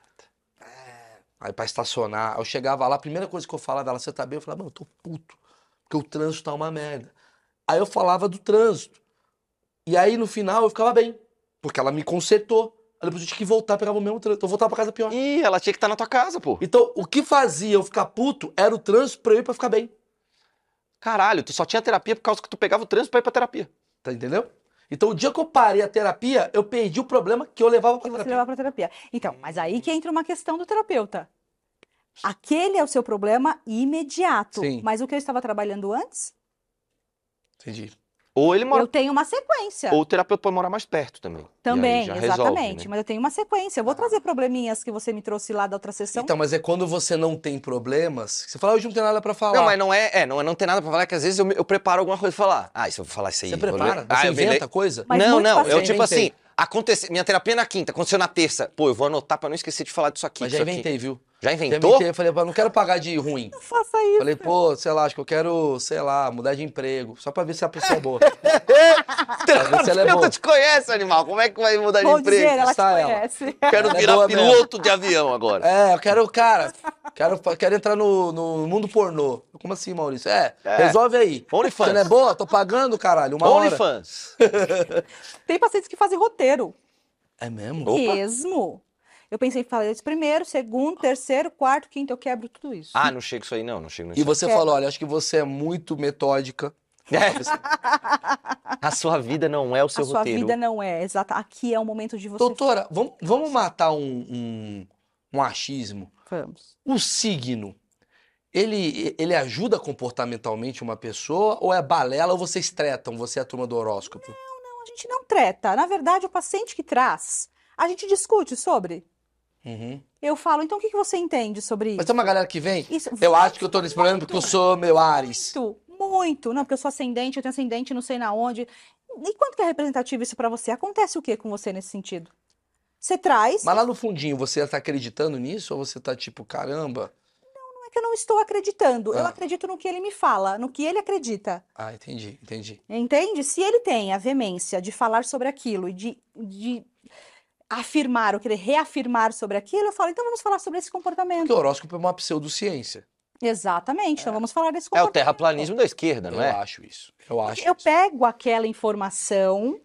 É, aí pra estacionar, eu chegava lá, a primeira coisa que eu falava, ela, você tá bem? Eu falava, mano, eu tô puto, porque o trânsito tá uma merda. Aí eu falava do trânsito. E aí no final eu ficava bem, porque ela me consertou. Aí depois eu tinha que voltar, pegava o mesmo trânsito, eu voltava pra casa pior. Ih, ela tinha que estar na tua casa, pô. Então, o que fazia eu ficar puto era o trânsito pra eu ir pra ficar bem. Caralho, tu só tinha terapia por causa que tu pegava o trânsito pra ir pra terapia. Tá entendeu? Então, o dia que eu parei a terapia, eu perdi o problema que eu levava pra Que você terapia. levar para terapia. Então, mas aí que entra uma questão do terapeuta. Aquele é o seu problema imediato. Sim. Mas o que eu estava trabalhando antes, Entendi. Ou ele mora... eu tenho uma sequência. Ou o terapeuta pode morar mais perto também. E aí Também, já exatamente. resolve, né? Mas eu tenho uma sequência. Eu vou trazer probleminhas que você me trouxe lá da outra sessão. Então, mas é quando você não tem problemas, que você fala, hoje não tem nada pra falar. Não, mas não é, é, não, é- não tem nada pra falar, que às vezes eu, me- eu preparo alguma coisa pra falar. Ah, e se eu falar isso aí? Você vou ler- prepara, Ah, você eu me le- inventa coisa. Mas não, muito não, eu paciente. tipo Inventei. assim, acontece, minha terapia é na quinta, aconteceu na terça. Pô, eu vou anotar pra não esquecer de falar disso aqui. Mas já disso aqui. inventei, viu? Já Já inventou? inventei, eu falei, pô, eu não quero pagar de ruim. Não faça isso. Falei, pô, sei lá, acho que eu quero, sei lá, mudar de emprego, só pra ver se a pessoa é boa. A se ela é boa. terapeuta te conhece, animal. Como é que vai mudar de Vou emprego? dizer, ela te está ela. conhece. Quero Ela é virar boa mesmo. piloto de avião agora. É, eu quero, cara, quero, quero entrar no, no mundo pornô. Como assim, Maurício? É, É. resolve aí. OnlyFans. Você não é boa? Tô pagando, caralho, uma hora. OnlyFans. Tem pacientes que fazem roteiro. É mesmo? Opa. Mesmo. Eu pensei em fazer isso primeiro, segundo, terceiro, quarto, quinto, eu quebro tudo isso. Ah, não chego isso aí não, não chego nisso E aí. você Quebra. falou, olha, acho que você é muito metódica. A sua vida não é o seu A sua roteiro. vida não é, exata. Aqui é o momento de você... Doutora, vamos, vamos matar um, um, um achismo. Vamos. O signo, ele, ele ajuda comportamentalmente uma pessoa ou é balela ou vocês tretam, você é a turma do horóscopo? A gente não treta. Na verdade, o paciente que traz, a gente discute sobre. Uhum. Eu falo, então o que que você entende sobre isso? Mas tem uma galera que vem, Isso, eu acho que eu tô nesse problema porque eu sou meu Ares. Muito, muito. Não, porque eu sou ascendente, eu tenho ascendente não sei na onde. E quanto que é representativo isso pra você? Acontece o que com você nesse sentido? Você traz, Mas lá no fundinho, você tá acreditando nisso ou você tá tipo, caramba? não é que eu não estou acreditando. Eu Ah. acredito no que ele me fala, no que ele acredita. Ah, entendi, entendi. Entende? Se ele tem a veemência de falar sobre aquilo e de, de afirmar ou querer reafirmar sobre aquilo, eu falo, então vamos falar sobre esse comportamento. Porque o horóscopo é uma pseudociência. Exatamente, então vamos falar desse É o comportamento. terraplanismo da esquerda, não eu é? acho isso. Eu acho Eu isso. pego aquela informação,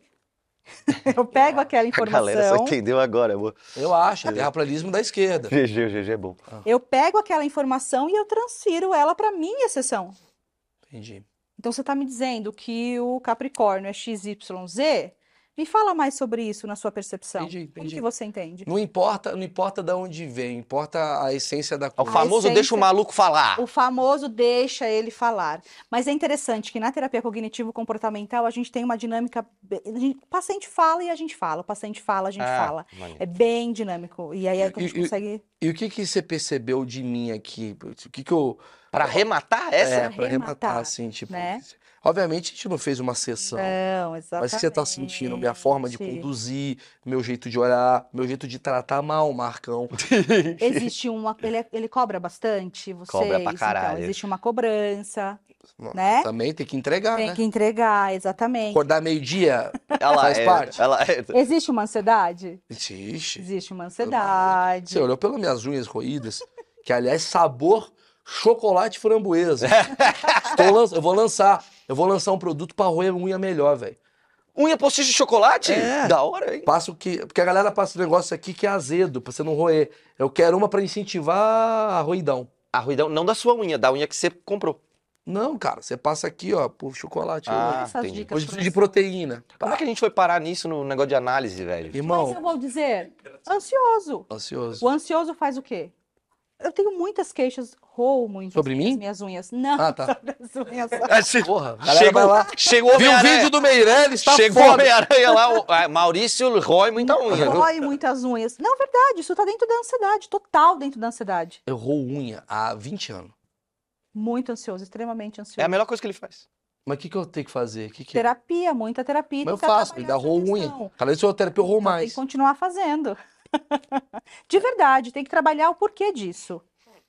eu pego aquela A galera só informação, entendeu agora, amor. Eu acho, é terraplanismo da esquerda. G G, o G G é bom. eu pego aquela informação e eu transfiro ela para minha exceção. Entendi. Então você está me dizendo que o Capricórnio é X Y Z? Me fala mais sobre isso na sua percepção. Entendi, Como entendi. que você entende? Não importa, não importa de onde vem, importa a essência da É o coisa. famoso essência- deixa o maluco falar. O famoso deixa ele falar. Mas é interessante que na terapia cognitivo-comportamental a gente tem uma dinâmica. be- a gente- O paciente fala e a gente fala, o paciente fala, a gente Ah, fala. maneiro. É bem dinâmico. E aí é que a gente E- e- consegue. E o que que você percebeu de mim aqui? O que que eu... Pra arrematar essa? É, pra arrematar, arrematar, assim, tipo... né? Obviamente a gente não fez uma sessão. Não, Mas exatamente. o que você tá sentindo? Minha forma de conduzir, meu jeito de olhar, meu jeito de tratar mal o Marcão. Existe uma. Ele, é- ele cobra bastante, vocês. Cobra pra Então, caralho. existe uma cobrança, né? Também tem que entregar, Tem né? que entregar, exatamente. Acordar meio-dia, Ela Faz é, parte. Ela é... Existe uma ansiedade? Ixi, Existe uma ansiedade. você olhou pelas minhas unhas roídas, que aliás, sabor chocolate framboesa. Estou lan- Eu vou lançar, eu vou lançar um produto pra roer unha melhor, velho. Unha postiça de chocolate? É. Da hora, hein? Passo que, porque a galera passa um negócio aqui que é azedo, pra você não roer. Eu quero uma pra incentivar a roidão. A ruidão, não da sua unha, da unha que você comprou. Não, cara, você passa aqui, ó, por chocolate. Ah, Essas entendi. dicas Hoje pra preciso de você. proteína. Como é que a gente foi parar nisso no negócio de análise, velho? Mas Irmão, eu vou dizer, ansioso. ansioso. O ansioso faz o quê? Eu tenho muitas queixas, roo muito Sobre as mim? minhas unhas. Não, Ah, tá. sobre as unhas. Porra, a galera Chegou, vai lá. chegou o Viu o Homem-Aranha. vídeo do Meirelles, tá Chegou o foda. Homem-Aranha lá, o ah, Maurício rói muita unha, viu? Rói muitas unhas. Não, verdade, isso tá dentro da ansiedade, total dentro da ansiedade. Eu roo unha há vinte anos. Muito ansioso, extremamente ansioso. É a melhor coisa que ele faz. Mas o que, que eu tenho que fazer? Que que... Terapia, muita terapia. Mas eu tentar faço, ele dá trabalhar essa roo unha. questão. Cada vez que eu terapia, eu roo Então, tem mais. que continuar fazendo. De verdade, tem que trabalhar o porquê disso.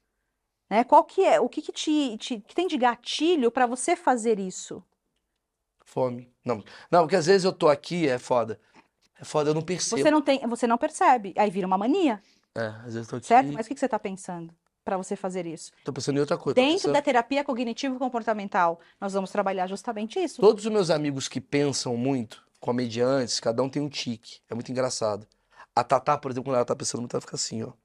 Né? Qual que é? O que, que te, te- que tem de gatilho para você fazer isso? Fome. Não, não, porque às vezes eu tô aqui, é foda. É foda, eu não percebo. Você não tem, você não percebe. Aí vira uma mania, É, às vezes eu tô aqui, certo? Mas o que, que você está pensando para você fazer isso? tô pensando em outra coisa. Tô Dentro pensando- da terapia cognitivo-comportamental, nós vamos trabalhar justamente isso. Todos os meus amigos que pensam muito, comediantes, cada um tem um tique. É muito engraçado. A Tatá, por exemplo, quando ela tá pensando muito, ela fica assim, ó.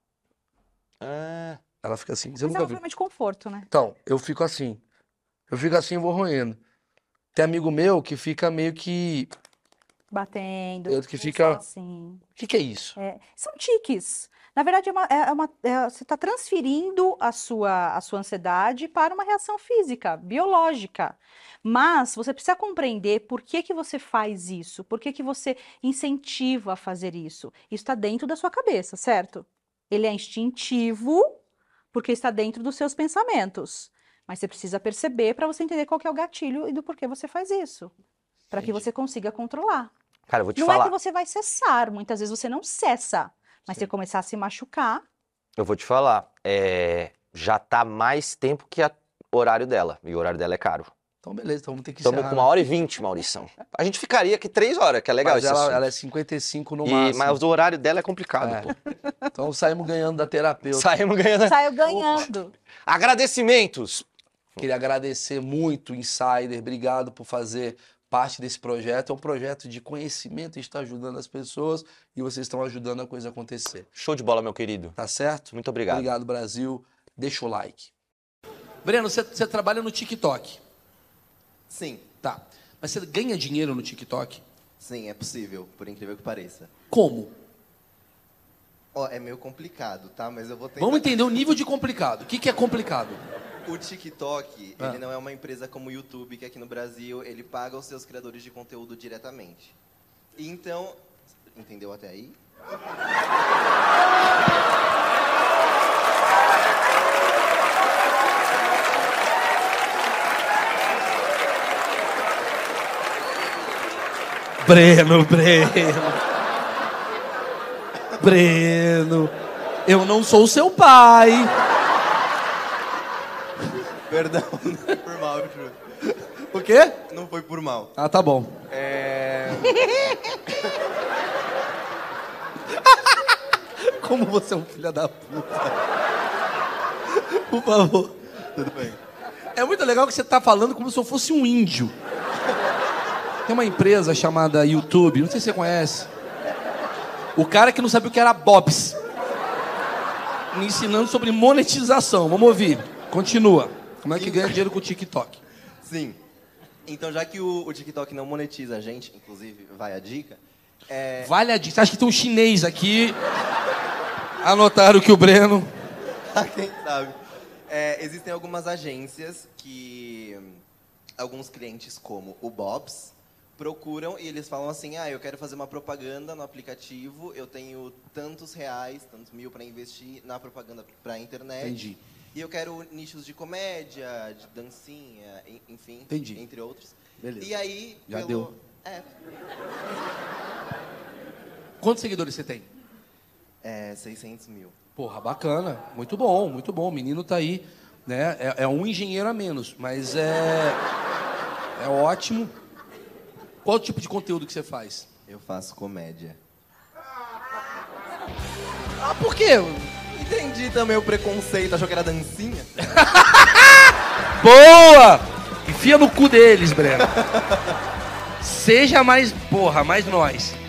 Ah, Ela fica assim. Você Mas é nunca um viu? problema de conforto, né? Então, eu fico assim. Eu fico assim e vou roendo. Tem amigo meu que fica meio que... Batendo. Outro que ou fica- só assim. O que que é isso? É, são tiques. Na verdade, é uma, é uma- é- você está transferindo a sua, a sua ansiedade para uma reação física, biológica. Mas você precisa compreender por que que você faz isso, por que que você incentiva a fazer isso. Isso está dentro da sua cabeça, certo? Ele é instintivo porque está dentro dos seus pensamentos. Mas você precisa perceber para você entender qual que é o gatilho e do porquê você faz isso. Para que Entendi. você consiga controlar. cara, eu vou te Não falar. é que você vai cessar, muitas vezes você não cessa, mas você começar a se machucar, Eu vou te falar. É, já tá mais tempo que o horário dela. E o horário dela é caro. Então, beleza, então vamos ter que Estamos encerrar. com uma hora e vinte, Maurição. A gente ficaria aqui três horas, que é legal Mas esse ela, assunto. ela é cinquenta e cinco no E- máximo. mas o horário dela é complicado, É. pô. Então saímos ganhando da terapeuta. Saímos ganhando. saiu ganhando. Agradecimentos. Queria agradecer muito, Insider. Obrigado por fazer parte desse projeto. É um projeto de conhecimento, a gente está ajudando as pessoas e vocês estão ajudando a coisa acontecer. Show de bola, meu querido. Tá certo? Muito obrigado. Obrigado, Brasil. Deixa o like. Breno, você, você trabalha no TikTok. Sim, Tá. Mas você ganha dinheiro no TikTok? sim, é possível, por incrível que pareça. Como? Ó, é meio complicado, tá? Mas eu vou tentar. Vamos entender o nível de complicado. O que, que é complicado? O TikTok, Ah. ele não é uma empresa como o YouTube, que aqui no Brasil ele paga os seus criadores de conteúdo diretamente. Então, entendeu até aí? Breno, Breno. Breno. Eu não sou seu pai. Perdão, não foi por mal, Júlio. O quê? Não foi por mal. Ah, tá bom. É... Como você é um filho da puta. Por favor. Tudo bem. É muito legal que você tá falando como se eu fosse um índio. Tem uma empresa chamada YouTube, não sei se você conhece. O cara que não sabia o que era Bobs. Me ensinando sobre monetização. Vamos ouvir. Continua. Como é que ganha dinheiro com o TikTok? Sim. Então, já que o, o TikTok não monetiza a gente, inclusive, vai a dica, é... Vale a dica. Você acha que tem um chinês aqui? Anotaram que o Breno... Quem sabe? É, existem algumas agências que hum, alguns clientes, como o Bob's, procuram e eles falam assim, ah, eu quero fazer uma propaganda no aplicativo, eu tenho tantos reais, tantos mil para investir na propaganda para a internet. Entendi. E eu quero nichos de comédia, de dancinha, en- enfim, Entendi. entre outros. Beleza. E aí, Já pelo... deu. É, Quantos seguidores você tem? é seiscentos mil. Porra, bacana. Muito bom, muito bom. O menino tá aí, né? É, é um engenheiro a menos, mas é... É ótimo. Qual tipo de conteúdo que você faz? Eu faço comédia. Ah, por quê? Entendi também o preconceito, achou que era dancinha? Boa! Enfia no cu deles, Breno. Seja mais, porra, mais nós.